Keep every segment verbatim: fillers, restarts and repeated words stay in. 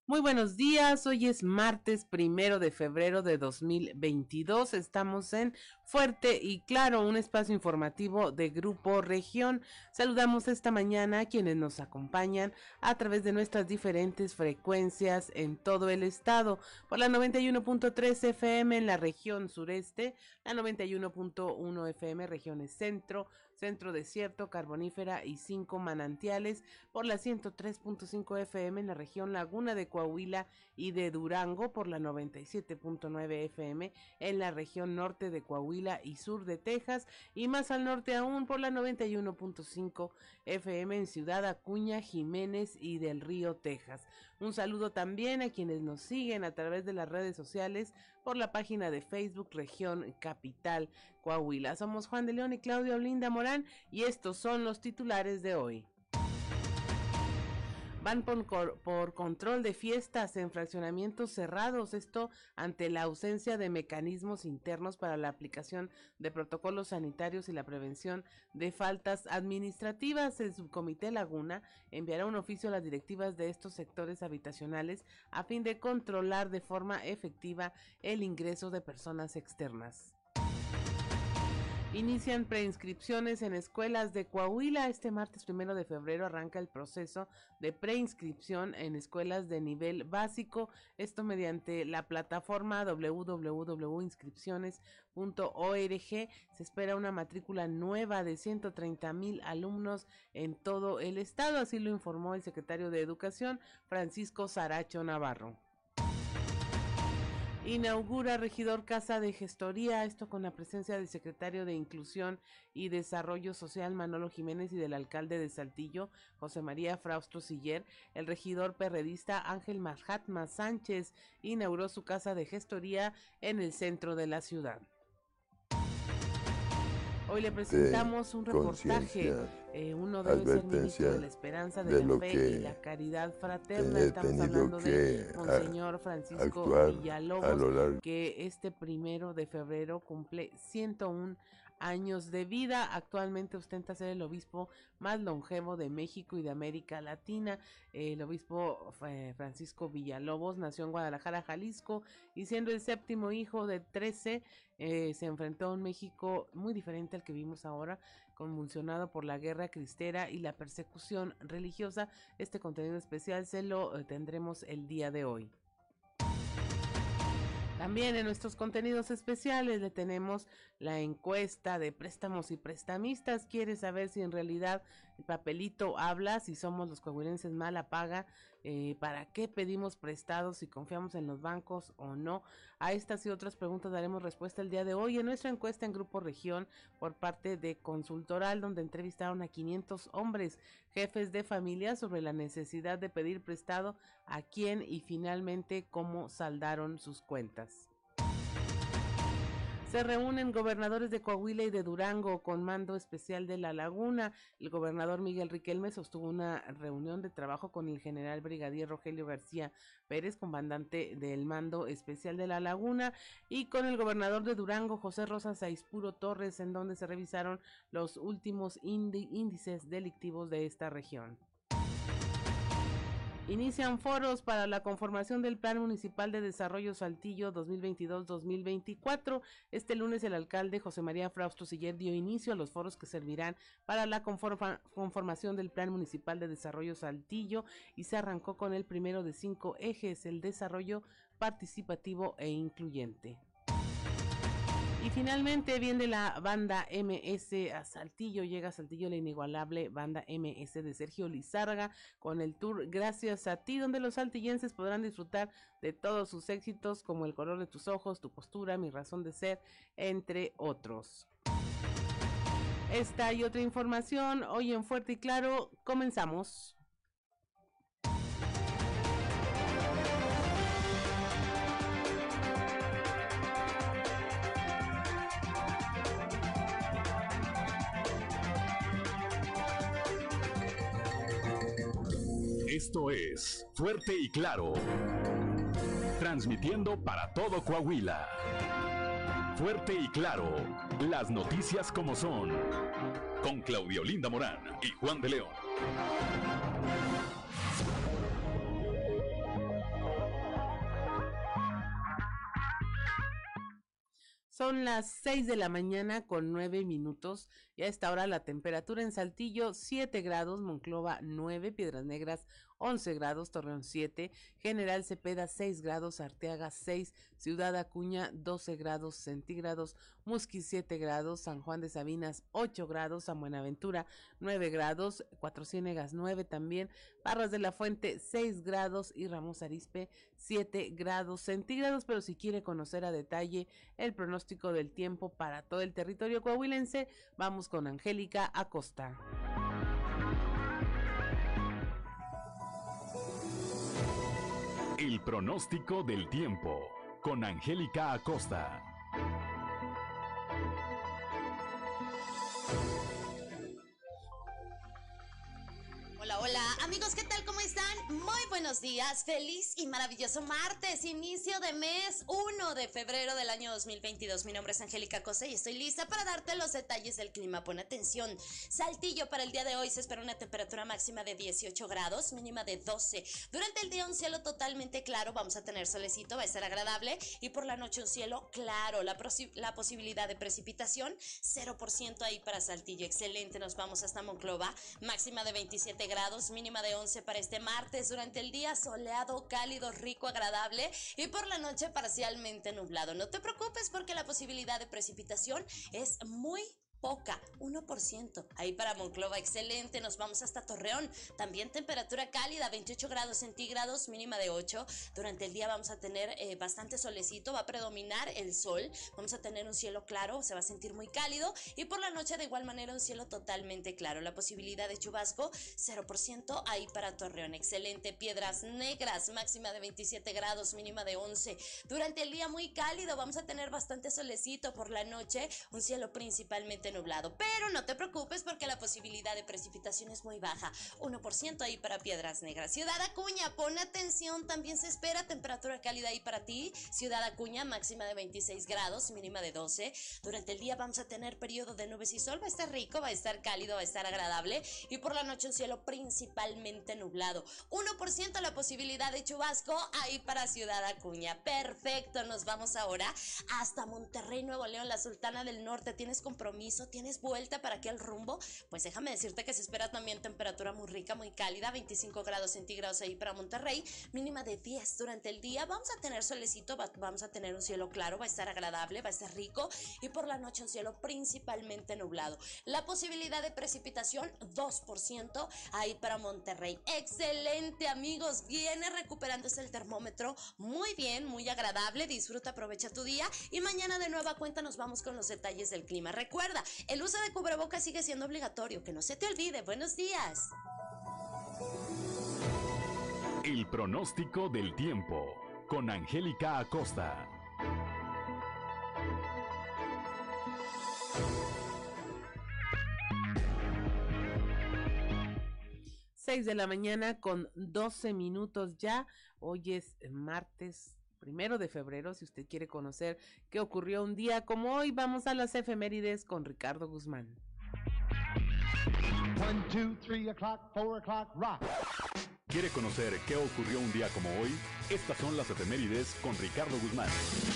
Muy buenos días, hoy es martes primero de febrero de dos mil veintidós, estamos en Fuerte y Claro, un espacio informativo de Grupo Región. Saludamos esta mañana a quienes nos acompañan a través de nuestras diferentes frecuencias en todo el estado, por la noventa y uno punto tres F M en la región sureste, la noventa y uno punto uno F M regiones centro, centro desierto, carbonífera y cinco manantiales, por la ciento tres punto cinco F M en la región Laguna de Coahuila y de Durango, por la noventa y siete punto nueve F M en la región norte de Coahuila y sur de Texas, y más al norte aún por la noventa y uno punto cinco F M en Ciudad Acuña, Jiménez y del Río, Texas. Un saludo también a quienes nos siguen a través de las redes sociales por la página de Facebook Región Capital Coahuila. Somos Juan de León y Claudia Olinda Morán y estos son los titulares de hoy. Van por, por control de fiestas en fraccionamientos cerrados, esto ante la ausencia de mecanismos internos para la aplicación de protocolos sanitarios y la prevención de faltas administrativas. El subcomité Laguna enviará un oficio a las directivas de estos sectores habitacionales a fin de controlar de forma efectiva el ingreso de personas externas. Inician preinscripciones en escuelas de Coahuila. Este martes primero de febrero arranca el proceso de preinscripción en escuelas de nivel básico, esto mediante la plataforma doble u doble u doble u punto inscripciones punto org. Se espera una matrícula nueva de ciento treinta mil alumnos en todo el estado, así lo informó el secretario de Educación, Francisco Saracho Navarro. Inaugura regidor Casa de Gestoría, esto con la presencia del secretario de Inclusión y Desarrollo Social Manolo Jiménez y del alcalde de Saltillo, José María Frausto Siller. El regidor perredista Ángel Mahatma Sánchez inauguró su Casa de Gestoría en el centro de la ciudad. Hoy le presentamos un reportaje, eh, uno debe ser ministro de la esperanza, de, de la fe y la caridad fraterna. Estamos hablando de Monseñor Francisco Villalobos, que este primero de febrero cumple ciento un años de vida. Actualmente ostenta ser el obispo más longevo de México y de América Latina. El obispo eh, Francisco Villalobos nació en Guadalajara, Jalisco, y siendo el séptimo hijo de trece, eh, se enfrentó a un México muy diferente al que vimos ahora, convulsionado por la guerra cristera y la persecución religiosa. Este contenido especial se lo eh, tendremos el día de hoy. También en nuestros contenidos especiales le tenemos la encuesta de préstamos y prestamistas. Quiere saber si en realidad el papelito habla, si somos los coahuilenses mala paga, eh, para qué pedimos prestados, si confiamos en los bancos o no. A estas y otras preguntas daremos respuesta el día de hoy en nuestra encuesta en Grupo Región por parte de Consultoral, donde entrevistaron a quinientos hombres, jefes de familia, sobre la necesidad de pedir prestado a quién y finalmente cómo saldaron sus cuentas. Se reúnen gobernadores de Coahuila y de Durango con mando especial de La Laguna. El gobernador Miguel Riquelme sostuvo una reunión de trabajo con el general brigadier Rogelio García Pérez, comandante del mando especial de La Laguna, y con el gobernador de Durango, José Rosa Saispuro Torres, en donde se revisaron los últimos índices delictivos de esta región. Inician foros para la conformación del Plan Municipal de Desarrollo Saltillo dos mil veintidós dos mil veinticuatro. Este lunes el alcalde José María Frausto Siller dio inicio a los foros que servirán para la conforma, conformación del Plan Municipal de Desarrollo Saltillo, y se arrancó con el primero de cinco ejes, el desarrollo participativo e incluyente. Y finalmente viene la banda M S a Saltillo. Llega a Saltillo la inigualable banda M S de Sergio Lizárraga con el tour Gracias a ti, donde los saltillenses podrán disfrutar de todos sus éxitos como El color de tus ojos, Tu postura, Mi razón de ser, entre otros. Esta y otra información hoy en Fuerte y Claro. Comenzamos. Esto es Fuerte y Claro, transmitiendo para todo Coahuila. Fuerte y Claro, las noticias como son, con Claudia Olinda Morán y Juan de León. Son las seis de la mañana con nueve minutos y a esta hora la temperatura en Saltillo siete grados, Monclova nueve, Piedras Negras once grados, Torreón siete, General Cepeda seis grados, Arteaga seis, Ciudad Acuña doce grados centígrados, Musquis siete grados, San Juan de Sabinas ocho grados, San Buenaventura nueve grados, Cuatro Ciénegas nueve también, Parras de la Fuente seis grados y Ramos Arizpe siete grados centígrados. Pero si quiere conocer a detalle el pronóstico del tiempo para todo el territorio coahuilense, vamos con Angélica Acosta. El pronóstico del tiempo con Angélica Acosta. Hola, hola, amigos, ¿qué tal? ¿Cómo están? Muy buenos días, feliz y maravilloso martes, inicio de mes uno de febrero del año dos mil veintidós. Mi nombre es Angélica Acosta y estoy lista para darte los detalles del clima. Pon atención. Saltillo, para el día de hoy se espera una temperatura máxima de dieciocho grados, mínima de doce. Durante el día un cielo totalmente claro, vamos a tener solecito, va a estar agradable, y por la noche un cielo claro. La, la posibilidad de precipitación, cero por ciento ahí para Saltillo. Excelente, nos vamos hasta Monclova, máxima de veintisiete grados, mínima de once para este martes. Durante el día soleado, cálido, rico, agradable, y por la noche parcialmente nublado. No te preocupes porque la posibilidad de precipitación es muy poca, uno por ciento. Ahí para Monclova, excelente. Nos vamos hasta Torreón, también temperatura cálida, veintiocho grados centígrados, mínima de ocho. Durante el día vamos a tener eh, bastante solecito, va a predominar el sol, vamos a tener un cielo claro, se va a sentir muy cálido, y por la noche de igual manera un cielo totalmente claro. La posibilidad de chubasco, cero por ciento ahí para Torreón, excelente. Piedras Negras, máxima de veintisiete grados, mínima de once. Durante el día muy cálido, vamos a tener bastante solecito. Por la noche un cielo principalmente nublado, pero no te preocupes porque la posibilidad de precipitación es muy baja, uno por ciento ahí para Piedras Negras. Ciudad Acuña, pon atención, también se espera temperatura cálida ahí para ti. Ciudad Acuña, máxima de veintiséis grados, mínima de doce. Durante el día vamos a tener periodo de nubes y sol, va a estar rico, va a estar cálido, va a estar agradable, y por la noche un cielo principalmente nublado, uno por ciento la posibilidad de chubasco ahí para Ciudad Acuña. Perfecto, nos vamos ahora hasta Monterrey, Nuevo León, la Sultana del Norte. ¿Tienes compromiso? ¿Tienes vuelta para aquel rumbo? Pues déjame decirte que se espera también temperatura muy rica, muy cálida, veinticinco grados centígrados ahí para Monterrey, mínima de diez. Durante el día vamos a tener solecito, va, vamos a tener un cielo claro, va a estar agradable, va a estar rico, y por la noche un cielo principalmente nublado. La posibilidad de precipitación, dos por ciento ahí para Monterrey. Excelente, amigos, viene recuperándose el termómetro, muy bien, muy agradable. Disfruta, aprovecha tu día, y mañana de nueva cuenta nos vamos con los detalles del clima. Recuerda, el uso de cubrebocas sigue siendo obligatorio, que no se te olvide. Buenos días. El pronóstico del tiempo con Angélica Acosta. seis de la mañana con doce minutos ya. Hoy es martes primero de febrero. Si usted quiere conocer qué ocurrió un día como hoy, vamos a las efemérides con Ricardo Guzmán. One, two, three o'clock, four o'clock, rock. ¿Quiere conocer qué ocurrió un día como hoy? Estas son las efemérides con Ricardo Guzmán.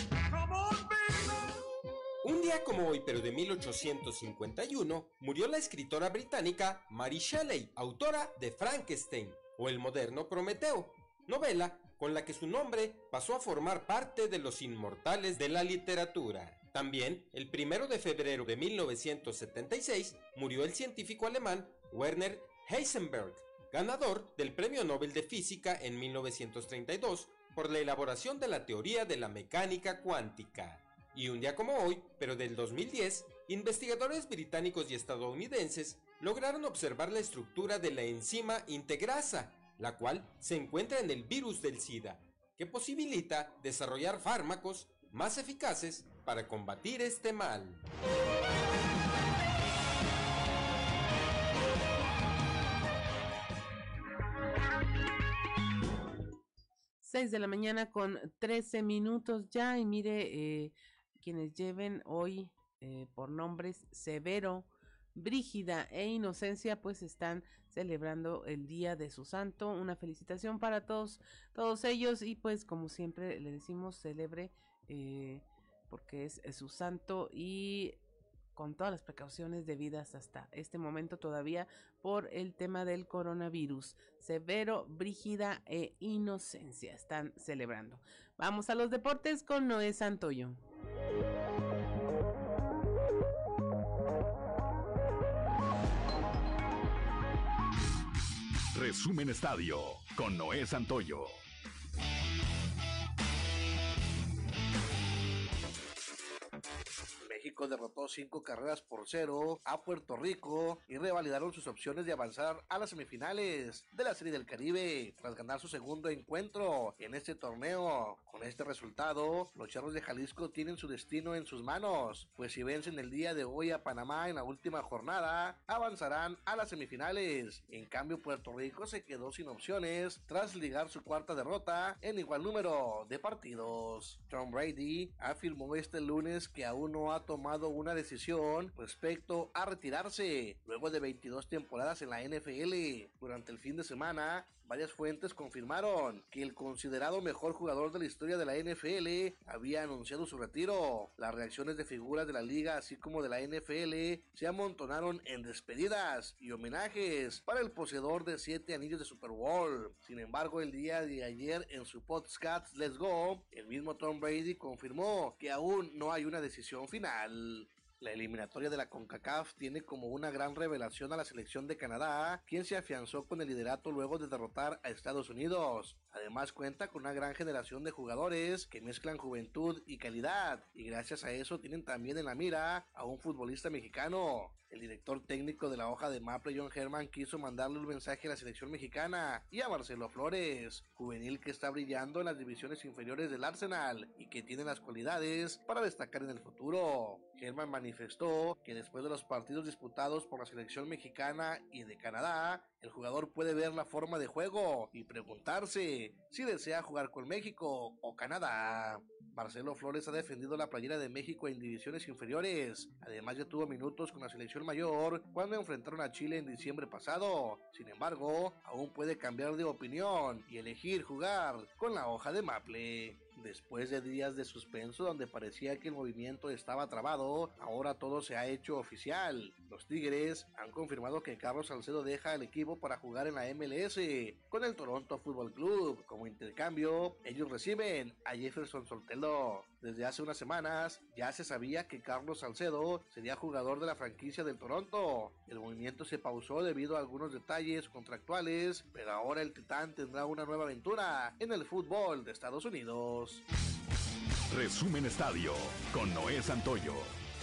Un día como hoy, pero de mil ochocientos cincuenta y uno, murió la escritora británica Mary Shelley, autora de Frankenstein, o el moderno Prometeo, novela con la que su nombre pasó a formar parte de los inmortales de la literatura. También, el primero de febrero de mil novecientos setenta y seis, murió el científico alemán Werner Heisenberg, ganador del Premio Nobel de Física en mil novecientos treinta y dos por la elaboración de la teoría de la mecánica cuántica. Y un día como hoy, pero del dos mil diez, investigadores británicos y estadounidenses lograron observar la estructura de la enzima integrasa, la cual se encuentra en el virus del SIDA, que posibilita desarrollar fármacos más eficaces para combatir este mal. seis de la mañana con trece minutos ya, y mire, eh, quienes lleven hoy eh, por nombres Severo, Brígida e Inocencia, pues están celebrando el día de su santo. Una felicitación para todos, todos ellos, y pues como siempre le decimos, celebre eh, porque es, es su santo y con todas las precauciones debidas hasta este momento todavía por el tema del coronavirus. Severo, Brígida e Inocencia están celebrando. Vamos a los deportes con Noé Santoyo. Resumen Estadio con Noé Santoyo. México derrotó cinco carreras por cero a Puerto Rico y revalidaron sus opciones de avanzar a las semifinales de la Serie del Caribe tras ganar su segundo encuentro en este torneo. Con este resultado, los Charros de Jalisco tienen su destino en sus manos, pues si vencen el día de hoy a Panamá en la última jornada, avanzarán a las semifinales. En cambio, Puerto Rico se quedó sin opciones tras ligar su cuarta derrota en igual número de partidos. Tom Brady afirmó este lunes que aún no ha tomado una decisión respecto a retirarse luego de veintidós temporadas en la N F L. Durante el fin de semana, varias fuentes confirmaron que el considerado mejor jugador de la historia de la N F L había anunciado su retiro. Las reacciones de figuras de la liga así como de la N F L se amontonaron en despedidas y homenajes para el poseedor de siete anillos de Super Bowl. Sin embargo, el día de ayer en su podcast Let's Go, el mismo Tom Brady confirmó que aún no hay una decisión final. La eliminatoria de la CONCACAF tiene como una gran revelación a la selección de Canadá, quien se afianzó con el liderato luego de derrotar a Estados Unidos. Además cuenta con una gran generación de jugadores que mezclan juventud y calidad, y gracias a eso tienen también en la mira a un futbolista mexicano. El director técnico de la hoja de Maple, John Herman, quiso mandarle un mensaje a la selección mexicana y a Marcelo Flores, juvenil que está brillando en las divisiones inferiores del Arsenal y que tiene las cualidades para destacar en el futuro. Herman manifestó que después de los partidos disputados por la selección mexicana y de Canadá, el jugador puede ver la forma de juego y preguntarse si desea jugar con México o Canadá. Marcelo Flores ha defendido la playera de México en divisiones inferiores. Además, ya tuvo minutos con la selección mayor cuando enfrentaron a Chile en diciembre pasado. Sin embargo, aún puede cambiar de opinión y elegir jugar con la hoja de Maple. Después de días de suspenso donde parecía que el movimiento estaba trabado, ahora todo se ha hecho oficial. Los Tigres han confirmado que Carlos Salcedo deja el equipo para jugar en la M L S con el Toronto Fútbol Club. Como intercambio, ellos reciben a Jefferson Soltero. Desde hace unas semanas ya se sabía que Carlos Salcedo sería jugador de la franquicia del Toronto. El movimiento se pausó debido a algunos detalles contractuales, pero ahora el Titán tendrá una nueva aventura en el fútbol de Estados Unidos. Resumen Estadio con Noé Santoyo.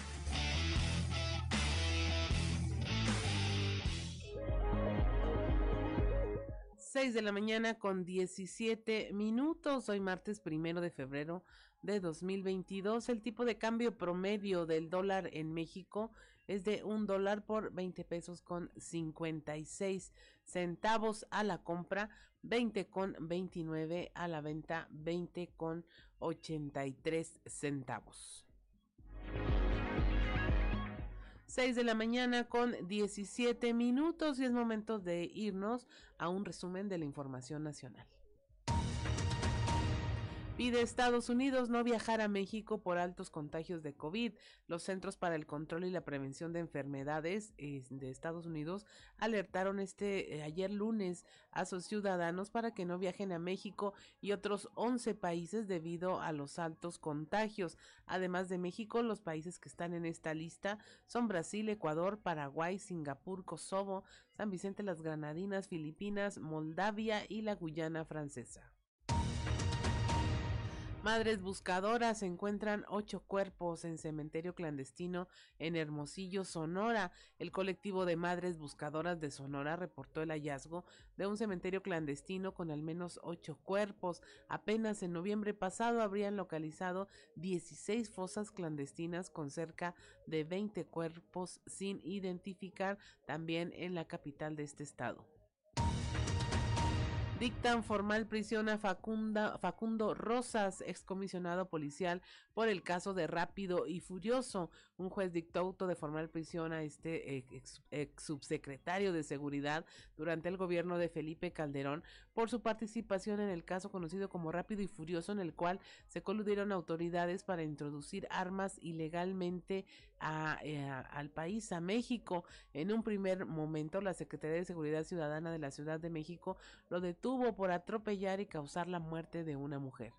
seis de la mañana con diecisiete minutos. Hoy martes primero de febrero de dos mil veintidós. El tipo de cambio promedio del dólar en México es de un dólar por veinte pesos con cincuenta y seis centavos a la compra, veinte con veintinueve a la venta, veinte con ochenta y tres centavos. seis de la mañana con diecisiete minutos y es momento de irnos a un resumen de la información nacional. Pide Estados Unidos no viajar a México por altos contagios de COVID. Los Centros para el Control y la Prevención de Enfermedades eh, de Estados Unidos alertaron este eh, ayer lunes a sus ciudadanos para que no viajen a México y otros once países debido a los altos contagios. Además de México, los países que están en esta lista son Brasil, Ecuador, Paraguay, Singapur, Kosovo, San Vicente las Granadinas, Filipinas, Moldavia y la Guyana Francesa. Madres buscadoras encuentran ocho cuerpos en cementerio clandestino en Hermosillo, Sonora. El colectivo de Madres Buscadoras de Sonora reportó el hallazgo de un cementerio clandestino con al menos ocho cuerpos. Apenas en noviembre pasado habrían localizado dieciséis fosas clandestinas con cerca de veinte cuerpos sin identificar, también en la capital de este estado. Dictan formal prisión a Facunda, Facundo Rosas, excomisionado policial por el caso de Rápido y Furioso. Un juez dictó auto de formal prisión a este ex, ex subsecretario de Seguridad durante el gobierno de Felipe Calderón por su participación en el caso conocido como Rápido y Furioso, en el cual se coludieron autoridades para introducir armas ilegalmente a, eh, al país, a México. En un primer momento, la Secretaría de Seguridad Ciudadana de la Ciudad de México lo detuvo por atropellar y causar la muerte de una mujer.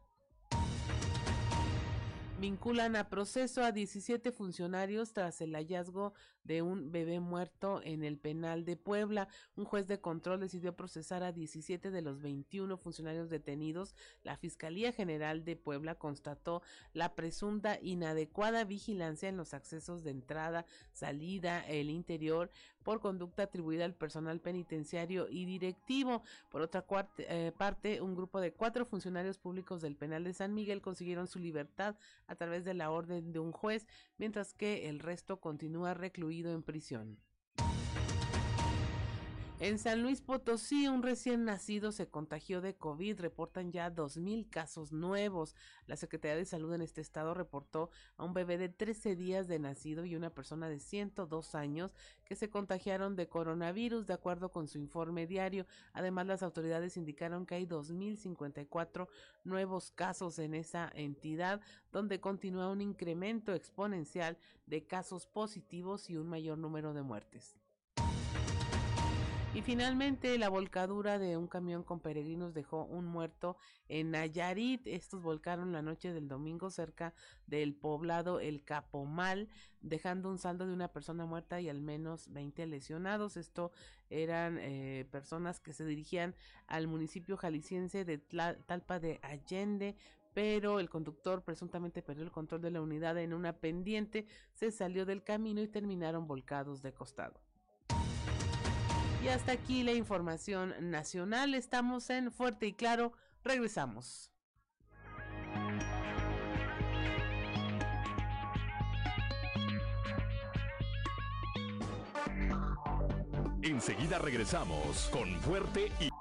Vinculan a proceso a diecisiete funcionarios tras el hallazgo de un bebé muerto en el penal de Puebla. Un juez de control decidió procesar a diecisiete de los veintiuno funcionarios detenidos. La Fiscalía General de Puebla constató la presunta inadecuada vigilancia en los accesos de entrada, salida, el interior, por conducta atribuida al personal penitenciario y directivo. Por otra cuarte, eh, parte, un grupo de cuatro funcionarios públicos del penal de San Miguel consiguieron su libertad a través de la orden de un juez, mientras que el resto continúa recluido en prisión. En San Luis Potosí, un recién nacido se contagió de COVID. Reportan ya dos mil casos nuevos. La Secretaría de Salud en este estado reportó a un bebé de trece días de nacido y una persona de ciento dos años que se contagiaron de coronavirus, de acuerdo con su informe diario. Además, las autoridades indicaron que hay dos mil cincuenta y cuatro nuevos casos en esa entidad, donde continúa un incremento exponencial de casos positivos y un mayor número de muertes. Y finalmente, la volcadura de un camión con peregrinos dejó un muerto en Nayarit. Estos volcaron la noche del domingo cerca del poblado El Capomal, dejando un saldo de una persona muerta y al menos veinte lesionados. Esto eran eh, personas que se dirigían al municipio jalisciense de Tla- Talpa de Allende, pero el conductor presuntamente perdió el control de la unidad en una pendiente, se salió del camino y terminaron volcados de costado. Y hasta aquí la información nacional. Estamos en Fuerte y Claro. Regresamos. Enseguida regresamos con Fuerte y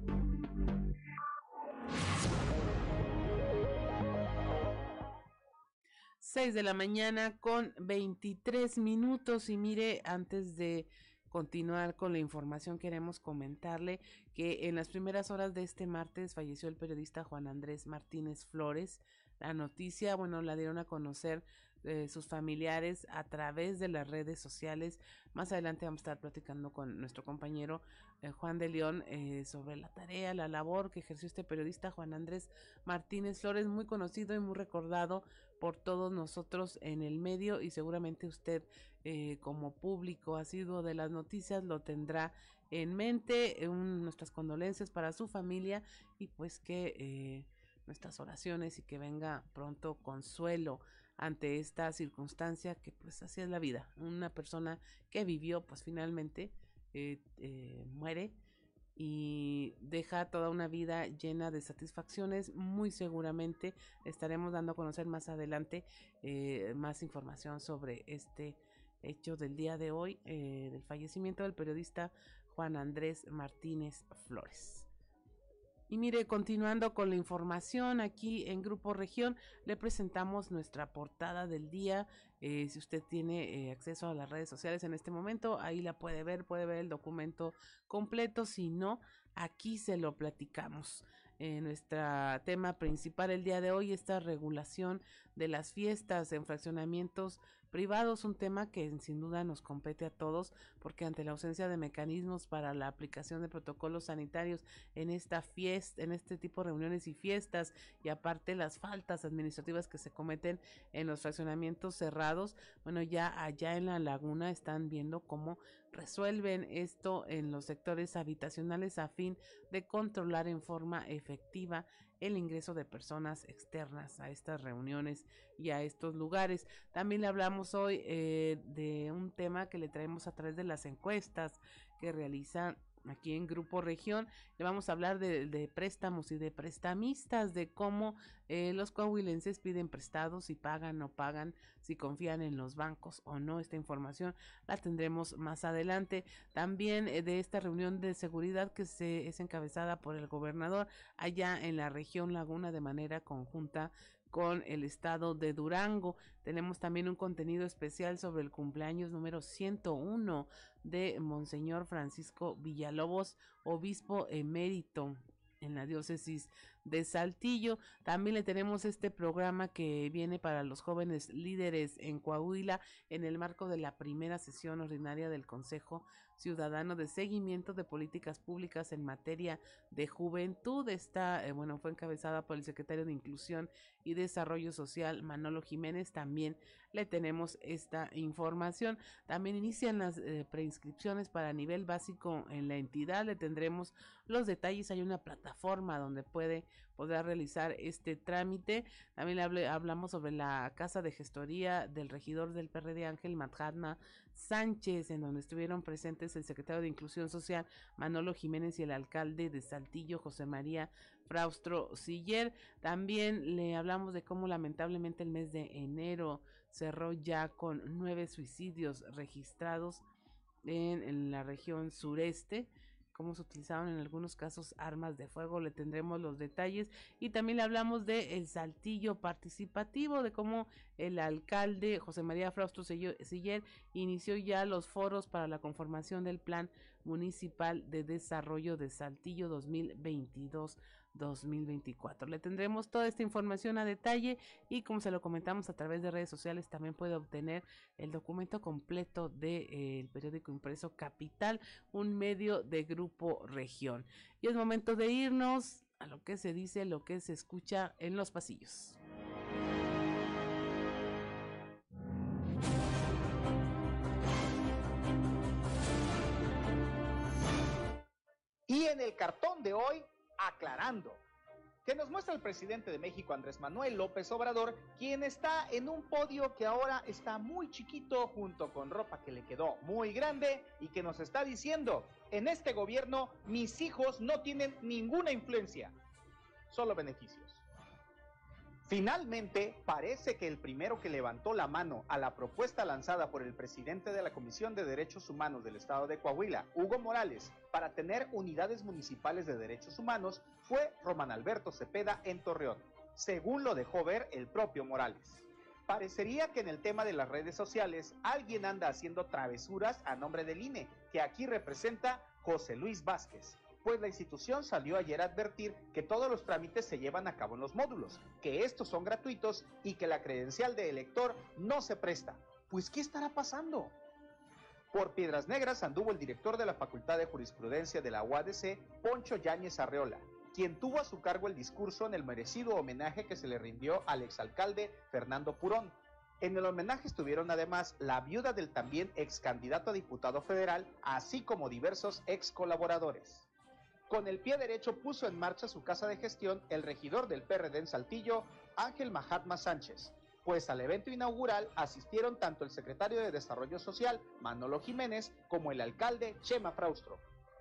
seis de la mañana con veintitrés minutos. Y mire, antes de continuar con la información, queremos comentarle que en las primeras horas de este martes falleció el periodista Juan Andrés Martínez Flores. La noticia, bueno, la dieron a conocer eh, sus familiares a través de las redes sociales. Más adelante vamos a estar platicando con nuestro compañero eh, Juan de León eh, sobre la tarea, la labor que ejerció este periodista Juan Andrés Martínez Flores, muy conocido y muy recordado por todos nosotros en el medio, y seguramente usted eh, como público asiduo de las noticias lo tendrá en mente. Un, nuestras condolencias para su familia y pues que eh, nuestras oraciones y que venga pronto consuelo ante esta circunstancia, que pues así es la vida. Una persona que vivió pues finalmente eh, eh, muere y deja toda una vida llena de satisfacciones. Muy seguramente estaremos dando a conocer más adelante eh, más información sobre este hecho del día de hoy, eh, del fallecimiento del periodista Juan Andrés Martínez Flores. Y mire, continuando con la información, aquí en Grupo Región le presentamos nuestra portada del día. Eh, si usted tiene eh, acceso a las redes sociales en este momento, ahí la puede ver, puede ver el documento completo. Si no, aquí se lo platicamos. Eh, nuestro tema principal el día de hoy, esta regulación de las fiestas en fraccionamientos privados, un tema que sin duda nos compete a todos, porque ante la ausencia de mecanismos para la aplicación de protocolos sanitarios en esta fiesta, en este tipo de reuniones y fiestas, y aparte las faltas administrativas que se cometen en los fraccionamientos cerrados, bueno, ya allá en la laguna están viendo cómo resuelven esto en los sectores habitacionales a fin de controlar en forma efectiva el ingreso de personas externas a estas reuniones y a estos lugares. También le hablamos hoy eh, de un tema que le traemos a través de las encuestas que realiza Aquí en Grupo Región le vamos a hablar de, de préstamos y de prestamistas, de cómo eh, los coahuilenses piden prestados, si pagan o no pagan, si confían en los bancos o no. Esta información la tendremos más adelante. También eh, de esta reunión de seguridad que se es encabezada por el gobernador allá en la región Laguna de manera conjunta con el estado de Durango. Tenemos también un contenido especial sobre el cumpleaños número ciento uno de Monseñor Francisco Villalobos, obispo emérito en la diócesis de Saltillo. También le tenemos este programa que viene para los jóvenes líderes en Coahuila en el marco de la primera sesión ordinaria del Consejo Ciudadano de Seguimiento de Políticas Públicas en materia de juventud. Esta, eh, bueno, fue encabezada por el secretario de Inclusión y Desarrollo Social, Manolo Jiménez. También le tenemos esta información. También inician las eh, preinscripciones para nivel básico en la entidad. Le tendremos los detalles. Hay una plataforma donde puede podrá realizar este trámite. También le hable, hablamos sobre la casa de gestoría del regidor del P R D, Ángel Mahatma Sánchez, en donde estuvieron presentes el secretario de Inclusión Social, Manolo Jiménez, y el alcalde de Saltillo, José María Fraustro Siller. También le hablamos de cómo lamentablemente el mes de enero cerró ya con nueve suicidios registrados en, en la región sureste, cómo se utilizaron en algunos casos armas de fuego. Le tendremos los detalles. Y también le hablamos de el Saltillo participativo, de cómo el alcalde José María Fraustro Siller inició ya los foros para la conformación del Plan Municipal de Desarrollo de Saltillo dos mil veintidós dos mil veinticuatro. Le tendremos toda esta información a detalle y, como se lo comentamos a través de redes sociales, también puede obtener el documento completo del de, eh, periódico impreso Capital, un medio de Grupo Región. Y es momento de irnos a lo que se dice, lo que se escucha en los pasillos. Y en el cartón de hoy, aclarando, que nos muestra el presidente de México, Andrés Manuel López Obrador, quien está en un podio que ahora está muy chiquito, junto con ropa que le quedó muy grande, y que nos está diciendo: en este gobierno mis hijos no tienen ninguna influencia, solo beneficios. Finalmente, parece que el primero que levantó la mano a la propuesta lanzada por el presidente de la Comisión de Derechos Humanos del Estado de Coahuila, Hugo Morales, para tener unidades municipales de derechos humanos, fue Román Alberto Cepeda en Torreón, según lo dejó ver el propio Morales. Parecería que en el tema de las redes sociales alguien anda haciendo travesuras a nombre del I N E, que aquí representa José Luis Vázquez, pues la institución salió ayer a advertir que todos los trámites se llevan a cabo en los módulos, que estos son gratuitos y que la credencial de elector no se presta. Pues, ¿qué estará pasando? Por Piedras Negras anduvo el director de la Facultad de Jurisprudencia de la U A D C, Poncho Yáñez Arreola, quien tuvo a su cargo el discurso en el merecido homenaje que se le rindió al exalcalde Fernando Purón. En el homenaje estuvieron además la viuda del también ex candidato a diputado federal, así como diversos ex colaboradores. Con el pie derecho puso en marcha su casa de gestión el regidor del P R D en Saltillo, Ángel Mahatma Sánchez, pues al evento inaugural asistieron tanto el secretario de Desarrollo Social, Manolo Jiménez, como el alcalde, Chema Fraustro.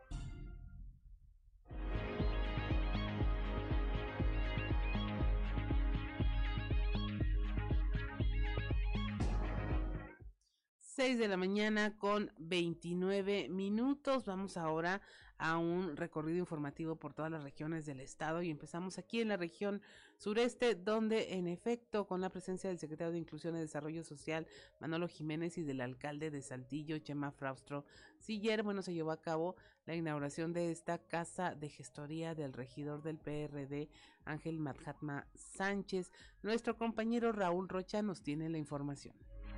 seis de la mañana con veintinueve minutos. Vamos ahora a un recorrido informativo por todas las regiones del estado y empezamos aquí en la región sureste, donde en efecto, con la presencia del secretario de Inclusión y Desarrollo Social, Manolo Jiménez, y del alcalde de Saltillo, Chema Fraustro Siller, bueno, se llevó a cabo la inauguración de esta casa de gestoría del regidor del P R D, Ángel Mahatma Sánchez. Nuestro compañero Raúl Rocha nos tiene la información.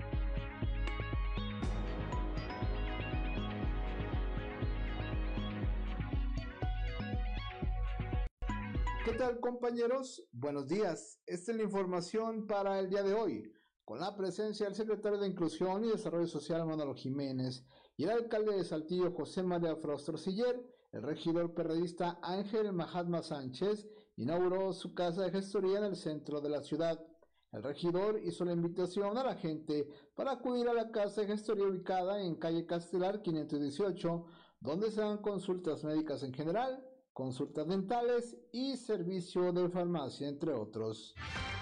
¿Qué tal, compañeros? Buenos días. Esta es la información para el día de hoy, con la presencia del secretario de Inclusión y Desarrollo Social, Manolo Jiménez, y el alcalde de Saltillo, José María Fraustro Siller. El regidor perredista Ángel Mahatma Sánchez inauguró su casa de gestoría en el centro de la ciudad. El regidor hizo la invitación a la gente para acudir a la casa de gestoría ubicada en calle Castelar quinientos dieciocho, donde se dan consultas médicas en general, consultas dentales y servicio de farmacia, entre otros.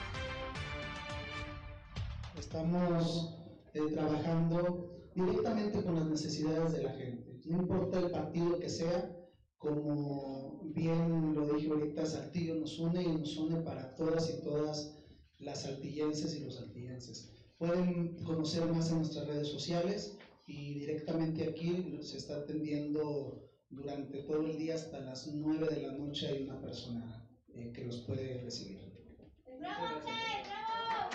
Estamos eh, trabajando directamente con las necesidades de la gente, no importa el partido que sea, como bien lo dije ahorita, Saltillo nos une y nos une para todas y todas las saltillenses y los saltillenses. Pueden conocer más en nuestras redes sociales y directamente aquí se está atendiendo durante todo el día hasta las nueve de la noche. Hay una persona eh, que los puede recibir. ¡Bravo, Che! ¡Bravo!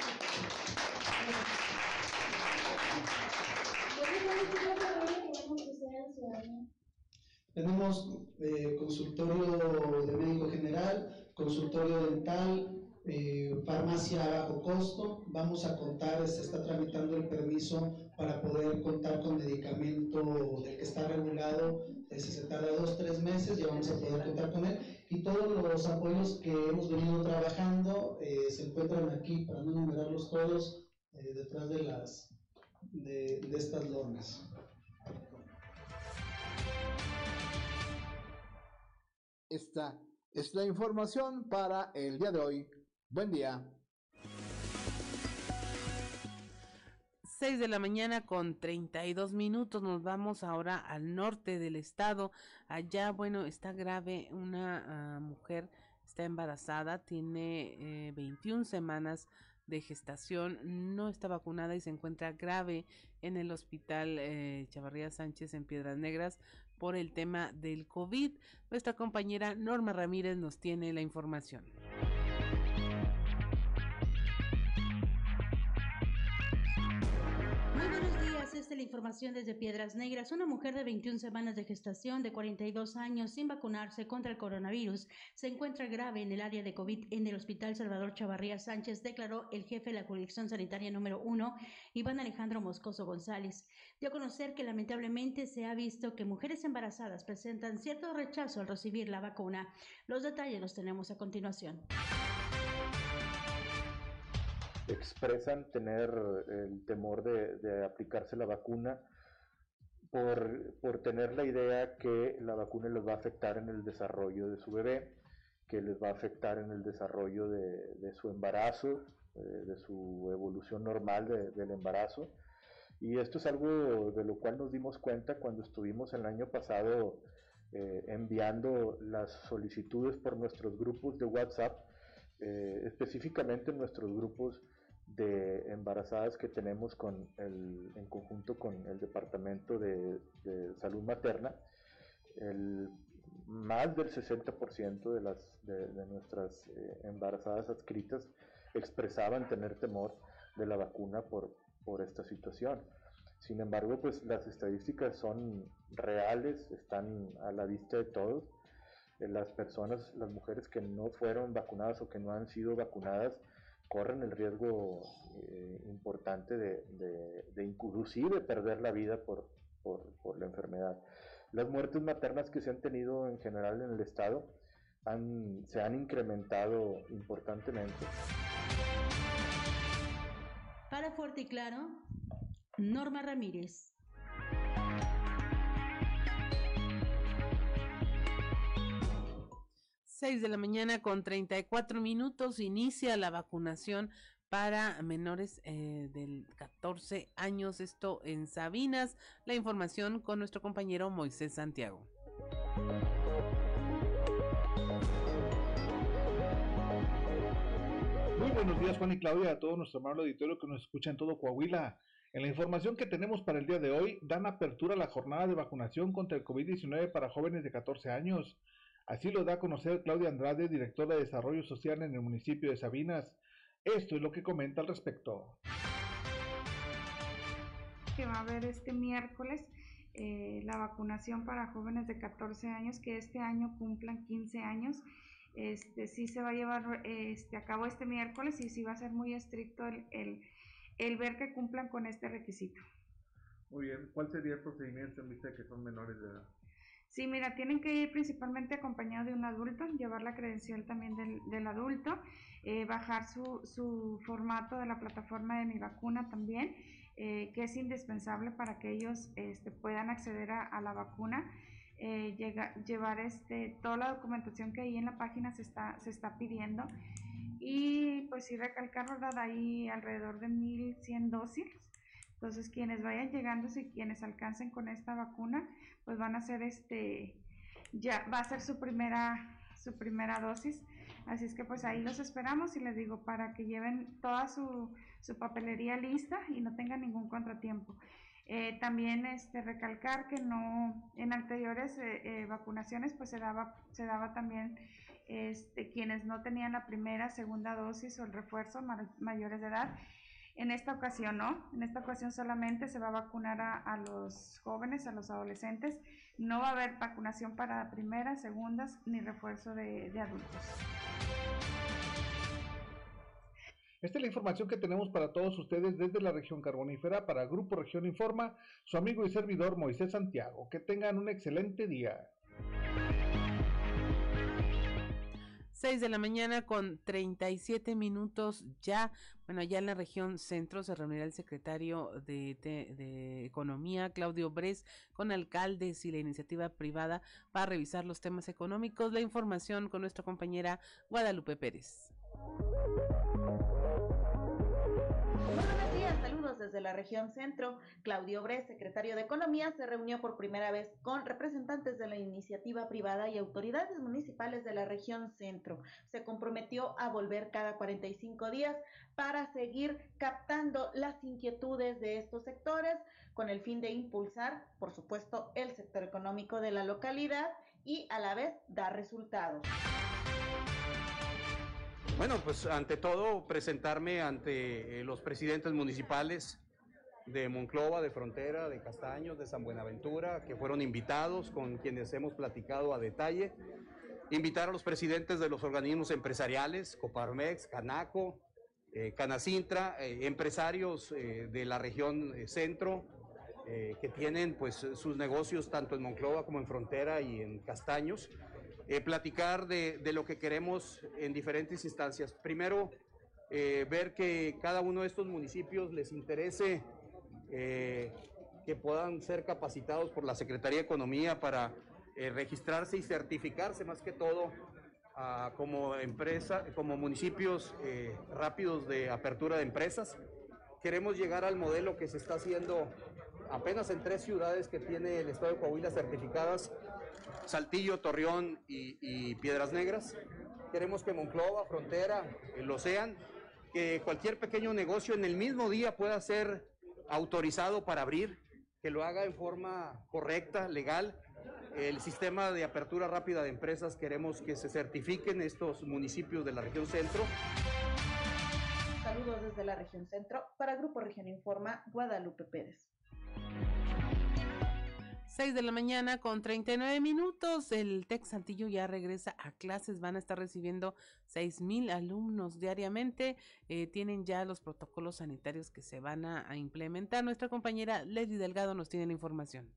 Tenemos eh, consultorio de médico general, consultorio dental, eh, farmacia a bajo costo. Vamos a contar, se está tramitando el permiso para poder contar con medicamento del que está regulado. Ese se tarda dos, tres meses, ya vamos a poder contar con él. Y todos los apoyos que hemos venido trabajando eh, se encuentran aquí, para no enumerarlos todos, eh, detrás de, las, de, de estas lonas. Esta es la información para el día de hoy. Buen día. seis de la mañana con treinta y dos minutos. Nos vamos ahora al norte del estado. Allá, bueno, está grave una uh, mujer, está embarazada, tiene eh, veintiuna semanas de gestación, no está vacunada y se encuentra grave en el hospital eh, Chavarría Sánchez en Piedras Negras por el tema del COVID. Nuestra compañera Norma Ramírez nos tiene la información. Muy buenos días, esta es la información desde Piedras Negras. Una mujer de veintiuna semanas de gestación de cuarenta y dos años sin vacunarse contra el coronavirus se encuentra grave en el área de COVID en el Hospital Salvador Chavarría Sánchez, declaró el jefe de la jurisdicción sanitaria número uno, Iván Alejandro Moscoso González. Dio a conocer que lamentablemente se ha visto que mujeres embarazadas presentan cierto rechazo al recibir la vacuna. Los detalles los tenemos a continuación. Expresan tener el temor de, de aplicarse la vacuna por, por tener la idea que la vacuna les va a afectar en el desarrollo de su bebé, que les va a afectar en el desarrollo de, de su embarazo, de, de su evolución normal de, del embarazo. Y esto es algo de lo cual nos dimos cuenta cuando estuvimos el año pasado eh, enviando las solicitudes por nuestros grupos de WhatsApp, eh, específicamente en nuestros grupos de embarazadas que tenemos con el, en conjunto con el Departamento de, de Salud Materna. El, más del sesenta por ciento de, las, de, de nuestras eh, embarazadas adscritas expresaban tener temor de la vacuna por, por esta situación. Sin embargo, pues las estadísticas son reales, están a la vista de todos. Eh, las personas, las mujeres que no fueron vacunadas o que no han sido vacunadas, corren el riesgo eh, importante de, de, de inclusive perder la vida por, por, por la enfermedad. Las muertes maternas que se han tenido en general en el estado han, se han incrementado importantemente. Para Fuerte y Claro, Norma Ramírez. seis de la mañana con treinta y cuatro minutos, inicia la vacunación para menores eh, del catorce años, esto en Sabinas. La información con nuestro compañero Moisés Santiago. Muy buenos días, Juan y Claudia, a todo nuestro amable auditorio que nos escucha en todo Coahuila. En la información que tenemos para el día de hoy, dan apertura a la jornada de vacunación contra el COVID diecinueve para jóvenes de catorce años. Así lo da a conocer Claudia Andrade, directora de Desarrollo Social en el municipio de Sabinas. Esto es lo que comenta al respecto. Que va a haber este miércoles eh, la vacunación para jóvenes de catorce años que este año cumplan quince años. Este, sí se va a llevar este, a cabo este miércoles y sí va a ser muy estricto el, el, el ver que cumplan con este requisito. Muy bien, ¿cuál sería el procedimiento en vista de que son menores de edad? Sí, mira, tienen que ir principalmente acompañados de un adulto, llevar la credencial también del, del adulto, eh, bajar su, su formato de la plataforma de Mi Vacuna también, eh, que es indispensable para que ellos este, puedan acceder a, a la vacuna. Eh, llega, llevar este, toda la documentación que ahí en la página se está, se está pidiendo. Y pues sí recalcar, ¿verdad? Hay alrededor de mil cien dosis. Entonces quienes vayan llegando y quienes alcancen con esta vacuna, pues van a hacer este, ya va a ser su primera, su primera dosis. Así es que pues ahí los esperamos y les digo para que lleven toda su, su papelería lista y no tengan ningún contratiempo. Eh, también este, recalcar que no, en anteriores eh, eh, vacunaciones pues se daba, se daba también este, quienes no tenían la primera, segunda dosis o el refuerzo, mayores de edad. En esta ocasión no, en esta ocasión solamente se va a vacunar a, a los jóvenes, a los adolescentes. No va a haber vacunación para primeras, segundas ni refuerzo de, de adultos. Esta es la información que tenemos para todos ustedes desde la región carbonífera. Para Grupo Región Informa, su amigo y servidor Moisés Santiago. Que tengan un excelente día. seis de la mañana con treinta y siete minutos ya. Bueno, allá en la región centro se reunirá el secretario de, de, de Economía, Claudio Bres, con alcaldes y la iniciativa privada para revisar los temas económicos. La información con nuestra compañera Guadalupe Pérez. Buenos días, saludos desde la región centro. Claudio Bres, secretario de Economía, se reunió por primera vez con representantes de la iniciativa privada y autoridades municipales de la región centro. Se comprometió a volver cada cuarenta y cinco días para seguir captando las inquietudes de estos sectores con el fin de impulsar, por supuesto, el sector económico de la localidad y a la vez dar resultados. Bueno, pues ante todo presentarme ante eh, los presidentes municipales de Monclova, de Frontera, de Castaños, de San Buenaventura, que fueron invitados, con quienes hemos platicado a detalle. Invitar a los presidentes de los organismos empresariales, Coparmex, Canaco, eh, Canacintra, eh, empresarios eh, de la región eh, centro, eh, que tienen pues sus negocios tanto en Monclova como en Frontera y en Castaños. Eh, platicar de, de lo que queremos en diferentes instancias. Primero, eh, ver que cada uno de estos municipios les interese eh, que puedan ser capacitados por la Secretaría de Economía para eh, registrarse y certificarse más que todo uh, como empresa, como municipios eh, rápidos de apertura de empresas. Queremos llegar al modelo que se está haciendo apenas en tres ciudades que tiene el estado de Coahuila certificadas: Saltillo, Torreón y, y Piedras Negras. Queremos que Monclova, Frontera, eh, lo sean, que cualquier pequeño negocio en el mismo día pueda ser autorizado para abrir, que lo haga en forma correcta, legal. El sistema de apertura rápida de empresas, queremos que se certifiquen estos municipios de la región centro. Saludos desde la región centro. Para Grupo Región Informa, Guadalupe Pérez. seis de la mañana con treinta y nueve minutos, el TEC Saltillo ya regresa a clases, van a estar recibiendo seis mil alumnos diariamente, eh, tienen ya los protocolos sanitarios que se van a, a implementar. Nuestra compañera Leslie Delgado nos tiene la información.